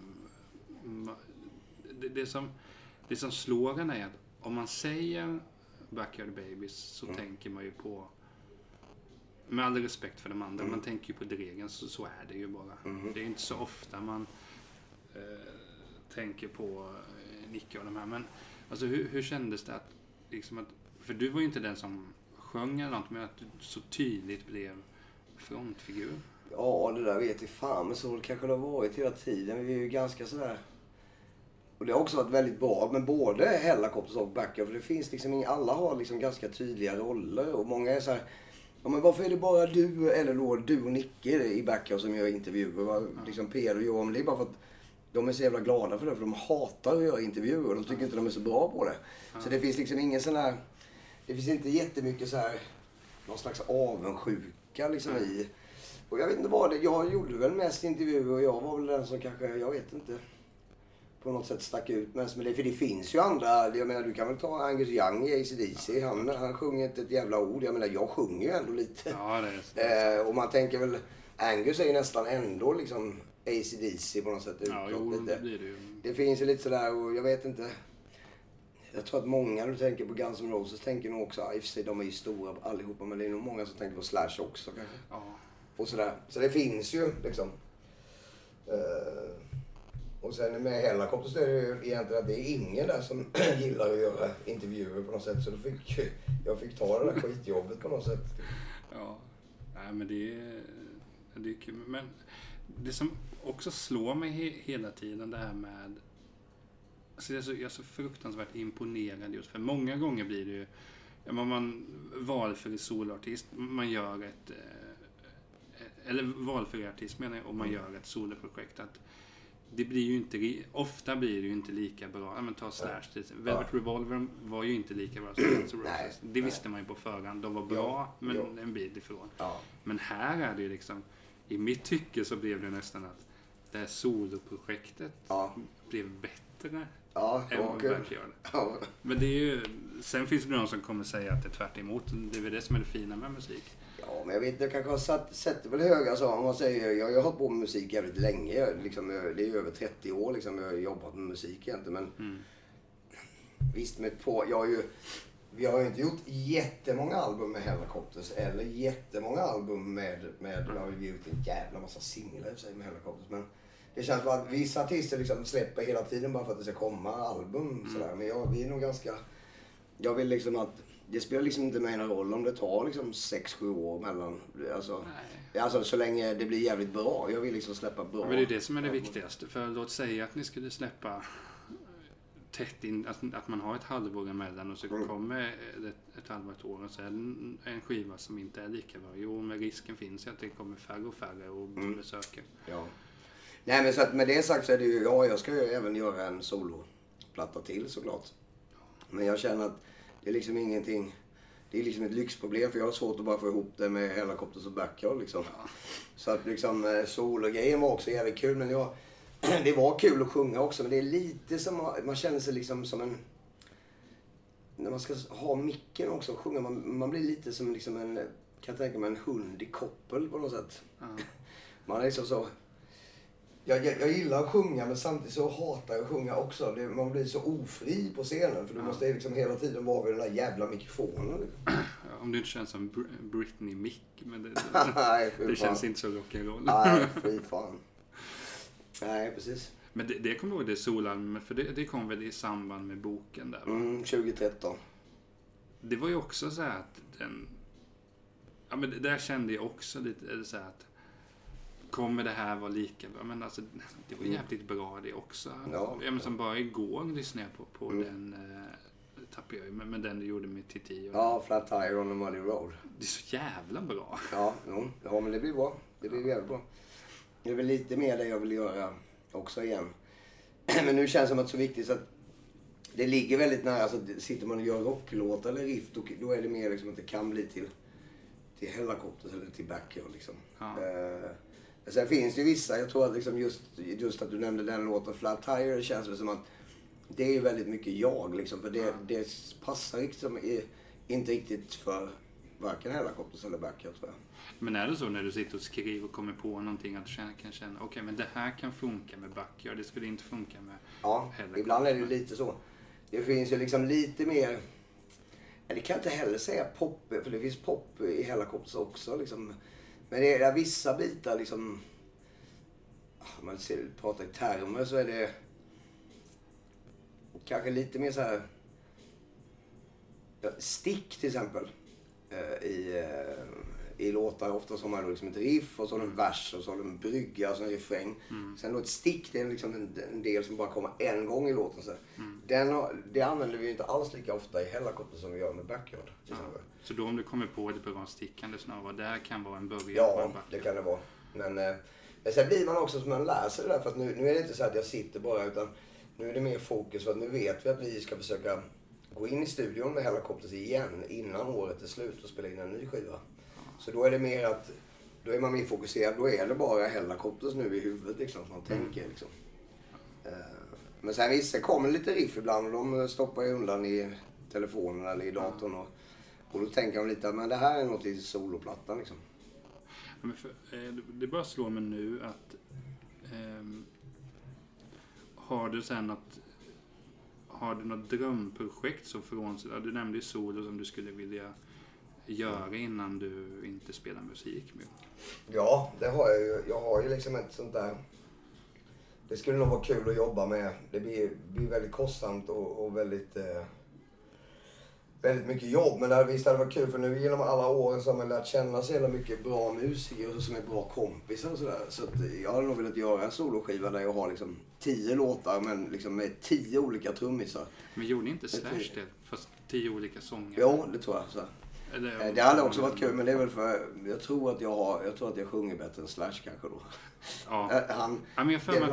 Det som slår en är att om man säger Backyard Babies så tänker man ju på, med all respekt för de andra, man tänker ju på Dregen, så är det ju bara. Det är inte så ofta man tänker på Nicke och de här. Men alltså, hur kändes det att, liksom att... För du var ju inte den som sjöng eller något, men att du så tydligt blev frontfigur. Ja, det där vet jag fan. Men så kanske det har varit hela tiden. Vi är ju ganska sådär... Och det har också varit väldigt bra. Men både Hellacopters och Backyard. För det finns liksom... Alla har liksom ganska tydliga roller. Och många är så här... Ja, men varför är det bara du, eller då du och Nicke i Backyard som gör intervjuer? Liksom Peder och Johan. Det är bara för att de är så jävla glada för det. För de hatar att göra intervjuer. De tycker inte de är så bra på det. Så det finns liksom ingen sån här... Det finns inte jättemycket så här... Någon slags avundsjuka liksom i... Och jag vet inte vad det... Jag gjorde väl mest intervjuer och jag var väl den som kanske... Jag vet inte... På något sätt stack ut mest med det. För det finns ju andra... Jag menar, du kan väl ta Angus Young i AC/DC. Han sjunger inte ett jävla ord. Jag menar, jag sjunger ju ändå lite. Ja, det är så. Och man tänker väl... Angus är ju nästan ändå liksom AC/DC på något sätt. Ja, jo, lite. det blir det ju. Det finns ju lite sådär och jag vet inte... Jag tror att många, när du tänker på Guns N' Roses, tänker nog också... I och för sig, de är ju stora allihopa, men det är nog många som tänker på Slash också kanske. Ja. Och sådär. Så det finns ju liksom... Och sen med Hellacopters är det ju egentligen att det är ingen där som gillar att göra intervjuer på något sätt. Så då jag fick ta det där skitjobbet på något sätt. Ja, nej, men det är kul. Men det som också slår mig hela tiden, det här med... Alltså jag är så fruktansvärt imponerad just för många gånger blir det ju... Ja, man valfri soloartist, man gör ett... Eller valfri artist menar jag, och man gör ett soloprojekt. Att det blir ju inte... Ofta blir det ju inte lika bra. Ja, men ta Slash till exempel. Velvet Revolver var ju inte lika bra som Guns N' Roses. Det visste man ju på förhand. De var bra, men en bit ifrån. Ja. Men här är det ju liksom... I mitt tycke så blev det nästan att det här soloprojektet blev bättre än vad Backyard. Ja. Men det är ju... Sen finns det någon som kommer säga att det är tvärt emot. Det är väl det som är det fina med musik. Ja, men jag vet inte, jag kanske har sett väl höga så om man säger, jag har hållit på med musik jävligt länge, liksom, det är över 30 år liksom, jag har jobbat med musik egentligen, men visst vi har ju inte gjort jättemånga album med Hellacopters eller jättemånga album med vi har ju gjort en jävla massa singlar i sig med Hellacopters, men det känns som att vissa artister liksom släpper hela tiden bara för att det ska komma album sådär, men vi är nog ganska, jag vill liksom att det spelar liksom inte mig någon roll om det tar liksom 6-7 år mellan. Alltså så länge det blir jävligt bra. Jag vill liksom släppa bra. Men det är det som är det viktigaste. För låt säga att ni skulle släppa tätt in, att man har ett halvår emellan och så kommer ett halvt år och så är det en skiva som inte är lika bra. Jo, men risken finns ju att det kommer färre och färre och besöker. Ja. Nej, men så att med det sagt så är det ju, jag ska ju även göra en soloplatta till såklart. Men jag känner att det är liksom ingenting, det är liksom ett lyxproblem för jag har svårt att bara få ihop det med Hellacopters och Backyard liksom. Ja. Så att liksom sologrejen var också jävligt kul, men det var kul att sjunga också, men det är lite som, man känner sig liksom som en, när man ska ha micken också och sjunga, man blir lite som liksom en, kan tänka mig en hund i koppel på något sätt. Ja. Man är liksom så... Jag gillar att sjunga, men samtidigt så hatar jag att sjunga också. Man blir så ofri på scenen för du måste liksom hela tiden vara vid den där jävla mikrofonen. Ja, om du inte känns som Britney Mick, men det Nej, det känns inte så rock'n'roll. Nej, fy fan. Nej, precis. Men det kommer ihåg det solalbumet, för det kom väl i samband med boken där, va? 2013. Det var ju också så här att ja, men där kände jag också lite så här att kommer det här vara lika bra? Men alltså, det var jävligt bra det också. Ja, men som bara igår lyssnade jag på den tappade jag, men den du gjorde med Titi. Ja, Flat Tire on the Muddy Road. Det är så jävla bra. Ja, men det blir bra. Det blir jävligt bra. Det är väl lite mer det jag vill göra också igen. Men nu känns det som att det är så viktigt så att det ligger väldigt nära. Alltså, sitter man och gör rocklåtar eller riff, då är det mer liksom att det kan bli till Hellacopters eller till Backyard liksom. Ja. Sen finns det ju vissa, jag tror att liksom just att du nämnde den låten Flat Tire, det känns väl som att det är väldigt mycket jag liksom, för det passar liksom inte riktigt för varken Hellacopters eller Backyard, tror jag. Men är det så när du sitter och skriver och kommer på någonting att du kan känna okej, men det här kan funka med Backyard, det skulle inte funka med Hellacopters? Ibland är det lite så. Det finns ju liksom lite mer, det kan jag inte heller säga pop, för det finns pop i Hellacopters också liksom. Men det är vissa bitar liksom, om man pratar i termer så är det, kanske lite mer så här stick till exempel i låtar. Ofta så har man liksom ett riff och så har du en vers och så har du en brygga och så en refräng. Sen då ett stick, det är liksom en del som bara kommer en gång i låten. Så. Det använder vi inte alls lika ofta i Hellacopter som vi gör med Backyard. Ja. Så då om du kommer på ett bra stickande snarare, det här kan vara en början på Ja, en Backyard. det kan det vara. Men sen blir man också som man lär sig det där. För att nu är det inte så att jag sitter bara, utan nu är det mer fokus. För att nu vet vi att vi ska försöka gå in i studion med Hellacopters igen innan året är slut och spela in en ny skiva. Så då är det mer att, då är man mer fokuserad. Då är det bara Hellacopters nu i huvudet liksom, som man tänker liksom. Men sen vissa kommer lite riff ibland och de stoppar ju undan i telefonen eller i datorn. Och då tänker man lite, men det här är något i soloplattan liksom. Men det bara slår mig nu att har du något drömprojekt som frånsett, du nämnde ju solo som du skulle vilja göra innan du inte spelar musik med? Ja, det har jag ju. Jag har ju liksom ett sånt där, det skulle nog vara kul att jobba med. Det blir väldigt kostsamt och väldigt mycket jobb. Men visst hade det varit kul, för nu genom alla åren så har man lärt känna så jävla mycket bra musiker som är bra kompisar och sådär. Så att jag hade nog velat göra en soloskiva där jag har liksom 10 låtar men liksom med 10 olika trummisar. Men gjorde ni inte Slash det? Fast 10 olika sånger? Jo, det tror jag. Så. Det hade också varit kul, men det är väl för jag tror att jag sjunger bättre än Slash kanske då. Ja. Men jag för mig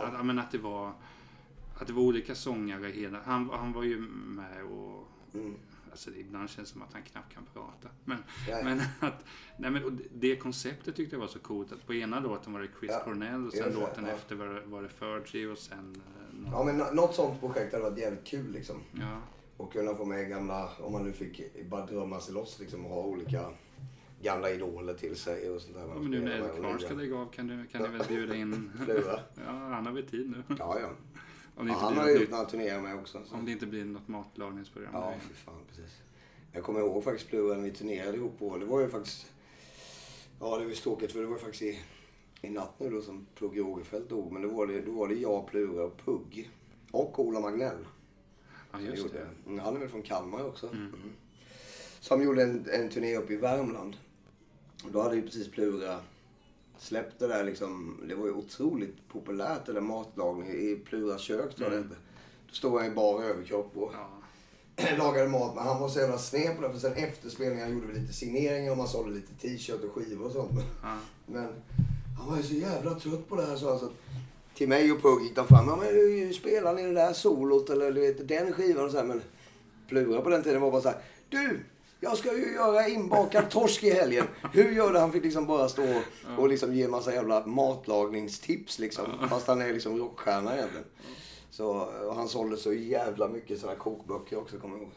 att det var olika sångare hela. Han var ju med och alltså ibland känns det som att han knappt kan prata. Men det konceptet tyckte jag var så coolt att på ena låten var det Chris Cornell och sen låten efter var det Fergie och sen Ja, men något sånt projekt hade varit jävligt kul liksom. Ja. Och kunna få med gamla, om man nu fick bara drömma sig loss liksom, och ha olika gamla idoler till sig och sånt där. Ja, men nu när Eldkvarn ska lägga av kan ni väl bjuda in Flura. Ja, han har väl tid nu. Ja. Om det inte han har ju gjort några turnéer med också. Så. Om det inte blir något matlagningsprogram. Ja, för fan, precis. Jag kommer ihåg faktiskt Flura när vi turnerade ihop på. Det var ju faktiskt, ja det var stråkigt för det var faktiskt i natt nu då som Plugg Rogefeldt dog. Men då var det jag, Plura och Pugg. Och Ola Magnell. Ja, just det. Han är väl från Kalmar också. Som gjorde en turné upp i Värmland. Och då hade ju precis Plura släppt det där liksom. Det var ju otroligt populärt det där matlagning i Pluras kök. Då stod han i bar överkropp och lagade mat. Men han var så jävla sned på det. För sen efter spelningen gjorde vi lite signeringar och man sålde lite t-shirt och skivor och sånt. Men han var ju så jävla trött på det här så alltså. Till mig och Pugg gick de fram. Ja, men hur spelar ni det där solot eller du vet, den skivan och så här. Men Plura på den tiden var bara så här. Du, jag ska ju göra inbakad torsk i helgen. Hur gör det? Han fick liksom bara stå och liksom ge en massa jävla matlagningstips liksom. Fast han är liksom rockstjärna egentligen. Så, och han sålde så jävla mycket sådana kokböcker också, kommer jag ihåg.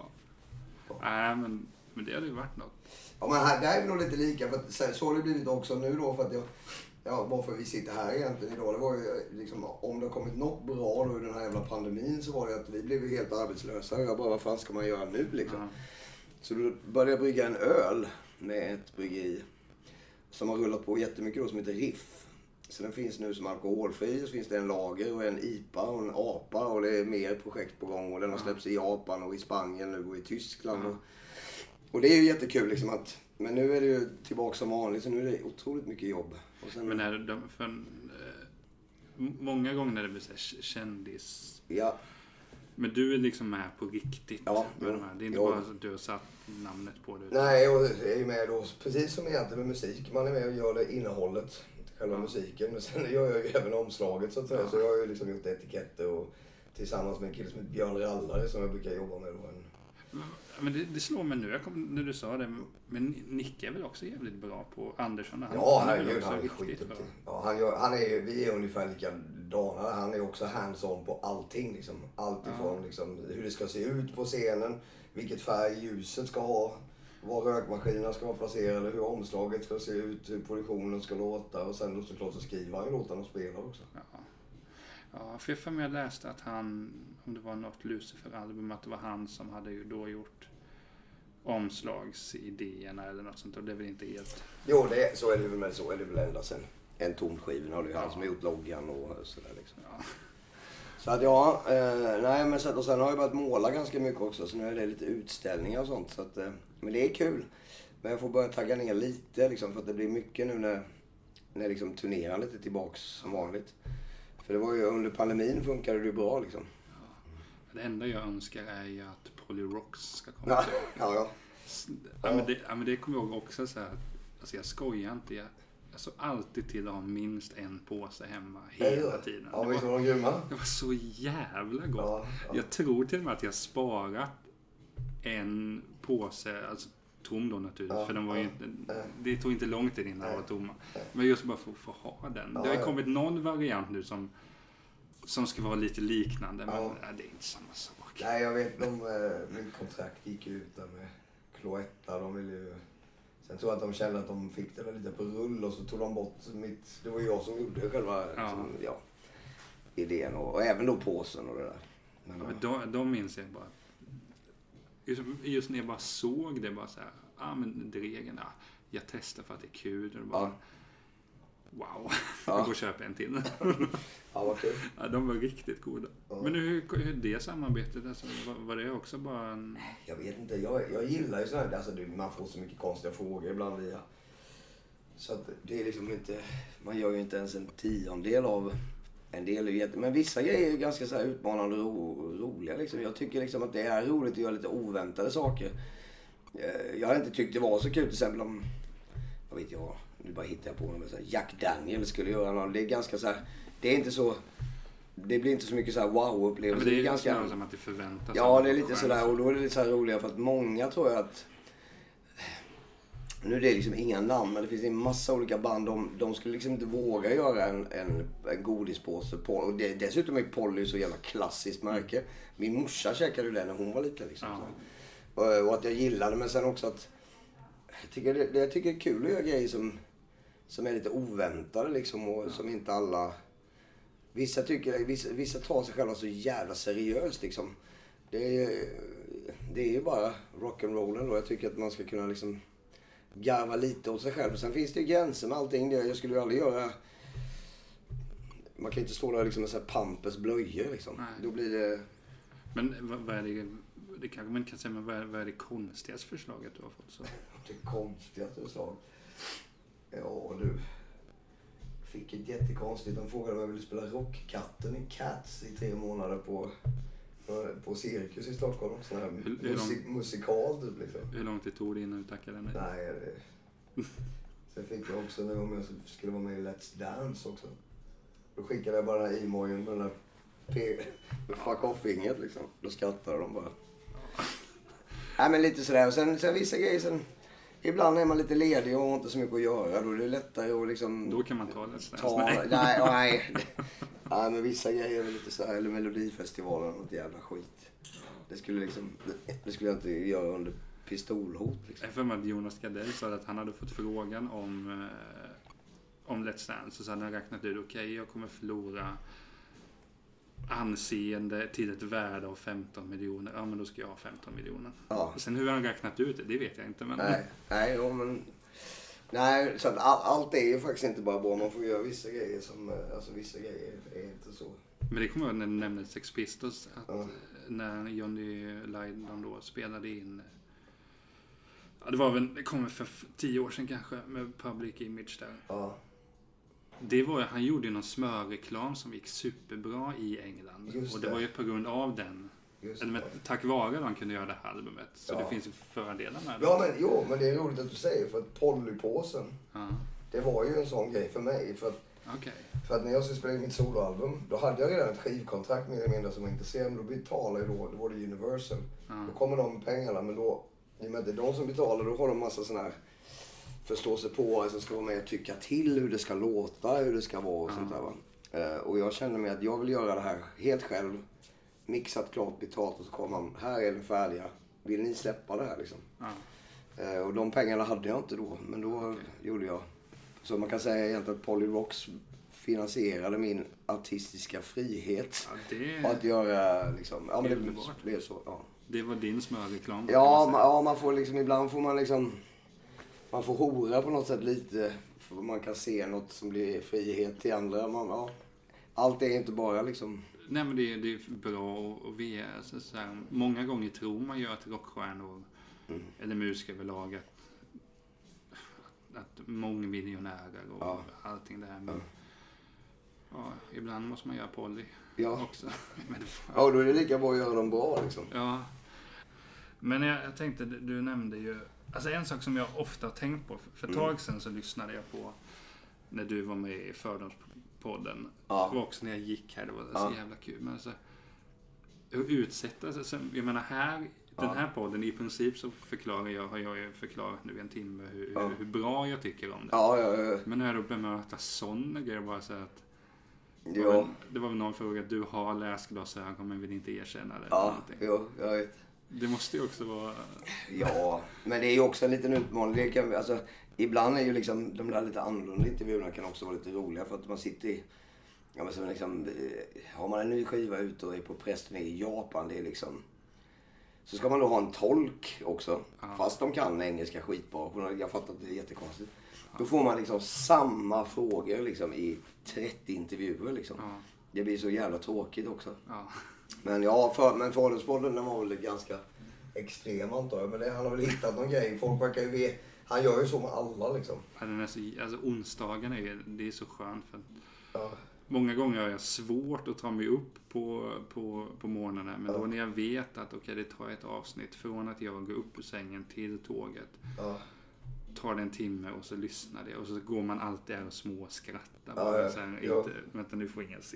Nej, men det hade ju varit något. Ja, men här, det här är nog lite lika. För att, så har det blivit också nu då för att varför vi sitter här egentligen idag, det var ju liksom, om det har kommit något bra då i den här jävla pandemin så var det att vi blev ju helt arbetslösa. Jag bara, vad fan ska man göra nu liksom? Så då började jag brygga en öl med ett bryggeri som har rullat på jättemycket då, som heter Riff. Så den finns nu som alkoholfri, så finns det en lager och en IPA och en APA och det är mer projekt på gång och den har släppts i Japan och i Spanien nu och i Tyskland. Och det är ju jättekul liksom att, men nu är det ju tillbaka som vanligt så nu är det otroligt mycket jobb. Och sen, men många gånger när det blir så här kändis. Ja. Men du är liksom med på riktigt. Ja. Det är inte bara att du har satt namnet på det. Nej, och jag är ju med då, precis som egentligen med musik. Man är med och gör det innehållet, själva musiken. Men sen gör jag ju även omslaget så att säga. Så jag har ju liksom gjort etiketter och tillsammans med en kille som heter Björn Rallare som jag brukar jobba med då. Men det slår mig nu, när du sa det, men Nicke är väl också jävligt bra på Andersson? Han är skitduktig. Ja, vi är ungefär likadana. Han är också hands-on på allting. Liksom. Allt ifrån liksom, hur det ska se ut på scenen, vilket färg ljuset ska ha, var rökmaskinerna ska vara placerade, hur omslaget ska se ut, hur produktionen ska låta och sen såklart så skriver han ju låtarna och spelar också. Ja, för jag läste att han, om det var något Lucifer-album, att det var han som hade ju då gjort omslagsidéerna eller något sånt, och det är väl inte helt... Jo, så är det väl ända sen en tonskivorna och det är han som har gjort loggan och sådär liksom. Ja. Så att ja, nej men så, och sen har jag börjat måla ganska mycket också. Så nu är det lite utställningar och sånt. Så att, men det är kul. Men jag får börja tagga ner lite liksom, för att det blir mycket nu när liksom turnerandet är tillbaks som vanligt. För det var ju under pandemin funkade det ju bra liksom. Det enda jag önskar är ju att Polly Rocks ska komma tillbaka. Ja, men det kommer jag ihåg också så här. Alltså jag skojar inte. Jag såg alltid till att ha minst en påse hemma hela tiden. Ja, visst var de grymma? Det var så jävla gott. Ja. Jag tror till och med att jag sparat en påse, alltså tom då naturligtvis. För den var ju det tog inte lång tid innan den var tomma. Men just bara för att få ha den. Det har ju kommit någon variant nu som ska vara lite liknande. Men det är inte samma sak. Nej, jag vet. Mitt kontrakt gick ut där med Cloetta. De ville ju... Sen tror jag att de kände att de fick det lite på rull och så tog de bort det var jag som gjorde själva idén och även då påsen och det där. Men de minns jag bara. Just när jag bara såg det bara så här, men Dregen, jag testar för att det är kul och bara wow, jag går och köper en till. Ja, vad kul. Ja, de var riktigt goda. Ja. Men hur det samarbetet, alltså, var det också bara en... Jag vet inte, jag gillar ju sådär, alltså man får så mycket konstiga frågor ibland via. Så att det är liksom inte, man gör ju inte ens en tiondel av en del är ju men vissa grejer är ganska så här utmanande och roliga liksom. Jag tycker liksom att det är roligt att göra lite oväntade saker. Jag har inte tyckt det var så kul till exempel om, vad vet jag, nu bara hittar jag på något, Jack Daniel skulle göra något. Det är ganska så här, det är inte så, det blir inte så mycket så här wow-upplevelse. Ja, det är ganska som att det förväntas. Ja, det är lite sådär, och då är det lite så här roliga för att många tror jag att, nu är det liksom inga namn, men det finns en massa olika band. De skulle liksom inte våga göra en godispåse på. Och dessutom är Polly så jävla klassiskt märke. Min morsa käkade ju den när hon var liten liksom. Ja. Och att jag gillade, men sen också att jag tycker det är kul att göra grejer som är lite oväntade liksom, och som inte alla... Vissa tar sig själva så jävla seriöst liksom. Det är ju bara rock'n'rollen då. Jag tycker att man ska kunna liksom garva lite åt sig själv. Sen finns det ju gränser med allting. Jag skulle ju aldrig göra... Man kan inte stå där liksom med så här Pampers blöjor liksom. Nej. Då blir det... Men vad är det kanske man kan säga, men vad är det konstigaste förslaget du har fått så? Det konstigaste förslag? Ja, du... Fick ett jättekonstigt. De frågade om jag ville spela Rockkatten i Cats i 3 månader på Cirkus i Stockholm. Sån här musikal typ liksom. Hur långt det tog det innan du tackade nej? Nej, Sen fick jag också nu om jag skulle vara med i Let's Dance också. Då skickade jag bara e-mojen med den där fuck off-inget liksom. Då skrattade de bara. Nej, men lite sådär. Och sen vissa grejer ibland är man lite ledig och har inte så mycket att göra. Då är det lättare att liksom... Då kan man ta Let's Dance. Nej, men vissa grejer är väl lite så här, eller Melodifestivalen och något jävla skit. Det skulle jag inte göra under pistolhot liksom. Jag för mig att Jonas Gardell sa att han hade fått frågan om Let's Dance, och så hade han räknat ut, okej, jag kommer förlora anseende till ett värde av 15 miljoner. Ja, men då ska jag ha 15 miljoner. Ja. Sen hur han räknat ut det vet jag inte. Men... Nej, så att allt är ju faktiskt inte bara bra. Man får göra vissa grejer vissa grejer är inte så. Men det kommer jag när du nämnde Sex Pistols, att när Johnny Lydon då spelade in, det kommer för 10 år sedan kanske, med Public Image där. Ja. Han gjorde ju någon smörreklam som gick superbra i England. Just och det var ju på grund av den. Tack vare att han kunde göra det här albumet. Så det finns ju fördelar med det. Ja, men det är roligt att du säger, för att Pollypåsen, det var ju en sån grej för mig. För att när jag skulle spela in mitt soloalbum, då hade jag redan ett skivkontrakt med det mindre som var intresserad. Men då betalade jag då var det Universal. Då kommer de med pengarna, men då, i och med att det är de som betalar, då har de massa sån här förstå sig på, som ska vara med och tycka till hur det ska låta, hur det ska vara och sånt där va. Och jag kände mig att jag vill göra det här helt själv. Mixat, klart, betalt, och så kommer man, här är den färdiga. Vill ni släppa det här liksom? Och de pengarna hade jag inte då, men då gjorde jag. Så man kan säga egentligen att Polly Rocks finansierade min artistiska frihet. Att göra liksom, men det blev så, Det var din smörreklam. Man får liksom, ibland får man liksom, man får hora på något sätt lite, för man kan se något som blir frihet till andra. Allt är inte bara liksom... Nej, men det är bra och vi är så här, många gånger tror man ju att rockstjärnor eller musiker överlag att mångmiljonärer och allting det här. Men ibland måste man göra poly också. Men då är det lika bra att göra dem bra liksom. Ja. Men jag tänkte, du nämnde ju, alltså en sak som jag ofta har tänkt på, för ett tag sedan så lyssnade jag på när du var med i Fördomspodden. Det var också när jag gick här, det var så jävla kul. Men alltså, hur utsätta sig, jag menar här, den här podden, i princip så har jag ju förklarat nu i en timme hur bra jag tycker om det. Men när jag då bemöter sådana grejer, bara så att det var väl någon fråga att du har läsglasögon men vill inte erkänna det. Jag vet. Det måste ju också vara... Ja, men det är ju också en liten utmaning. Alltså, ibland är ju liksom de där lite annorlunda intervjuerna kan också vara lite roliga för att man sitter i... Ja, men så liksom, har man en ny skiva ute och är på prästen i Japan, det är liksom... Så ska man då ha en tolk också. Fast de kan engelska skitbra. Jag fattar att det är jättekonstigt. Då får man liksom samma frågor liksom i 30 intervjuer liksom. Det blir så jävla tråkigt också. Men men Fördomspodden den var väl ganska extrem antar jag. Men han har väl hittat någon grej. Folk verkar ju veta. Han gör ju så med alla liksom. Alltså onsdagen det är så skönt för många gånger har jag svårt att ta mig upp på morgonen. Men då när jag vet att det tar ett avsnitt från att jag går upp ur sängen till tåget. Tar det en timme och så lyssnar det. Och så går man alltid här och småskrattar. Vänta, nu får ingen se.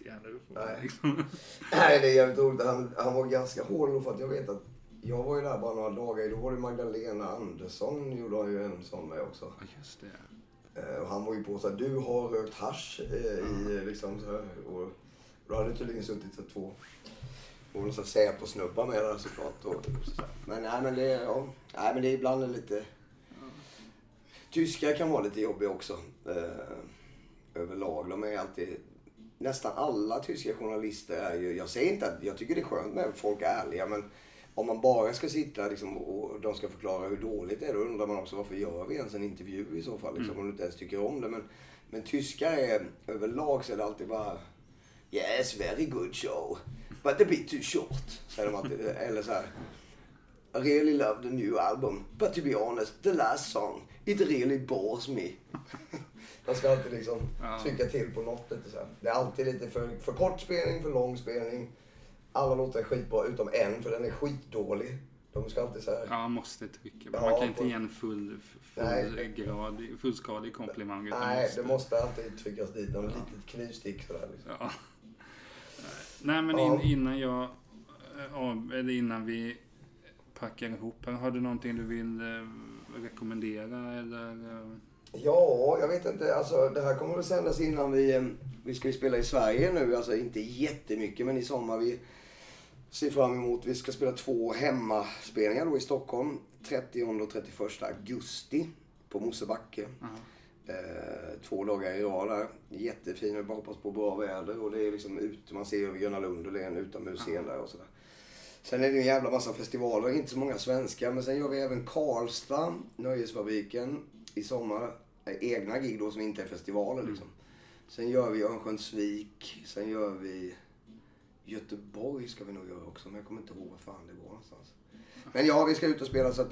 Nej, det är jävligt roligt. Han var ganska hård för att jag vet att jag var ju där bara några dagar. Då var det Magdalena Andersson gjorde han ju en sån med också. Ja, just det. Och han var ju på så här, du har rökt hasch i liksom så här, och då hade tydligen suttit så två och så säga på snubbar med där såklart och så. Men det är ibland lite tyskar kan vara lite jobbiga också överlag. De är alltid nästan alla tyska journalister är ju, jag säger inte att jag tycker det är skönt med folk är ärliga, men om man bara ska sitta liksom, och de ska förklara hur dåligt det är, då undrar man också varför gör vi ens en intervju i så fall liksom, om du inte ens tycker om det. Men tyskar är överlag så är det alltid bara yes, very good show but a bit too short, säger de alltid. Eller så här, I really love the new album but to be honest the last song it really bores me. Man ska alltid liksom trycka till på något lite så här. Det är alltid lite för kort spelning, för lång spelning. Alla låtar är skitbra utom en, för den är skitdålig. De ska alltid så här... Ja, måste trycka. Man kan inte ge en fullskalig komplimang. Nej, det måste alltid tryckas dit. Någon litet knivstick sådär liksom. Ja. Nej, men innan vi packar ihop här, har du någonting du vill rekommendera eller... Ja, jag vet inte. Alltså, det här kommer att sändas innan vi ska spela i Sverige nu. Alltså inte jättemycket, men i sommar vi ser fram emot. Vi ska spela 2 hemmaspelningar då i Stockholm. 30 och 31 augusti på Mosebacke. 2 dagar i rad där. Jättefin, vi bara hoppas på bra väder. Och det är liksom ute, man ser över Gröna Lund och det är en utomhusscen där och sådär. Sen är det en jävla massa festivaler, inte så många svenska. Men sen gör vi även Karlstad, Nöjesfabriken i sommar. Egna gig då som inte är festivaler liksom. Sen gör vi Örnsköldsvik. Sen gör vi Göteborg ska vi nog göra också. Men jag kommer inte ihåg vad fan det var någonstans. Men vi ska ut och spela så att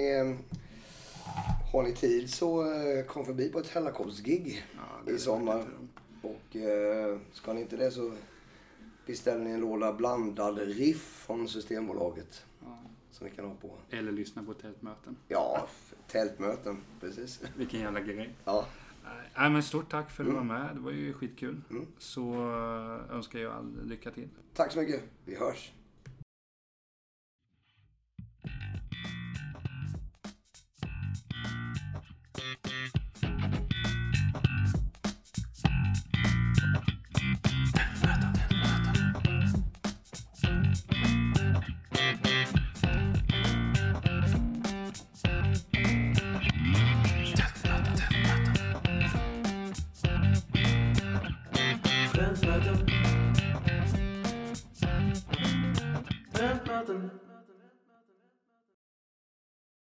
har ni tid så kom förbi på ett Hellacopps-gig i sommar. Och ska ni inte det så beställer ni en låda blandad riff från Systembolaget. Som ni kan ha på. Eller lyssna på tältmöten. Ja, tältmöten, precis. Vilken jävla grej. Ja. Nej, men stort tack för att du var med. Det var ju skitkul. Så önskar jag all lycka till. Tack så mycket. Vi hörs. Tältmöten.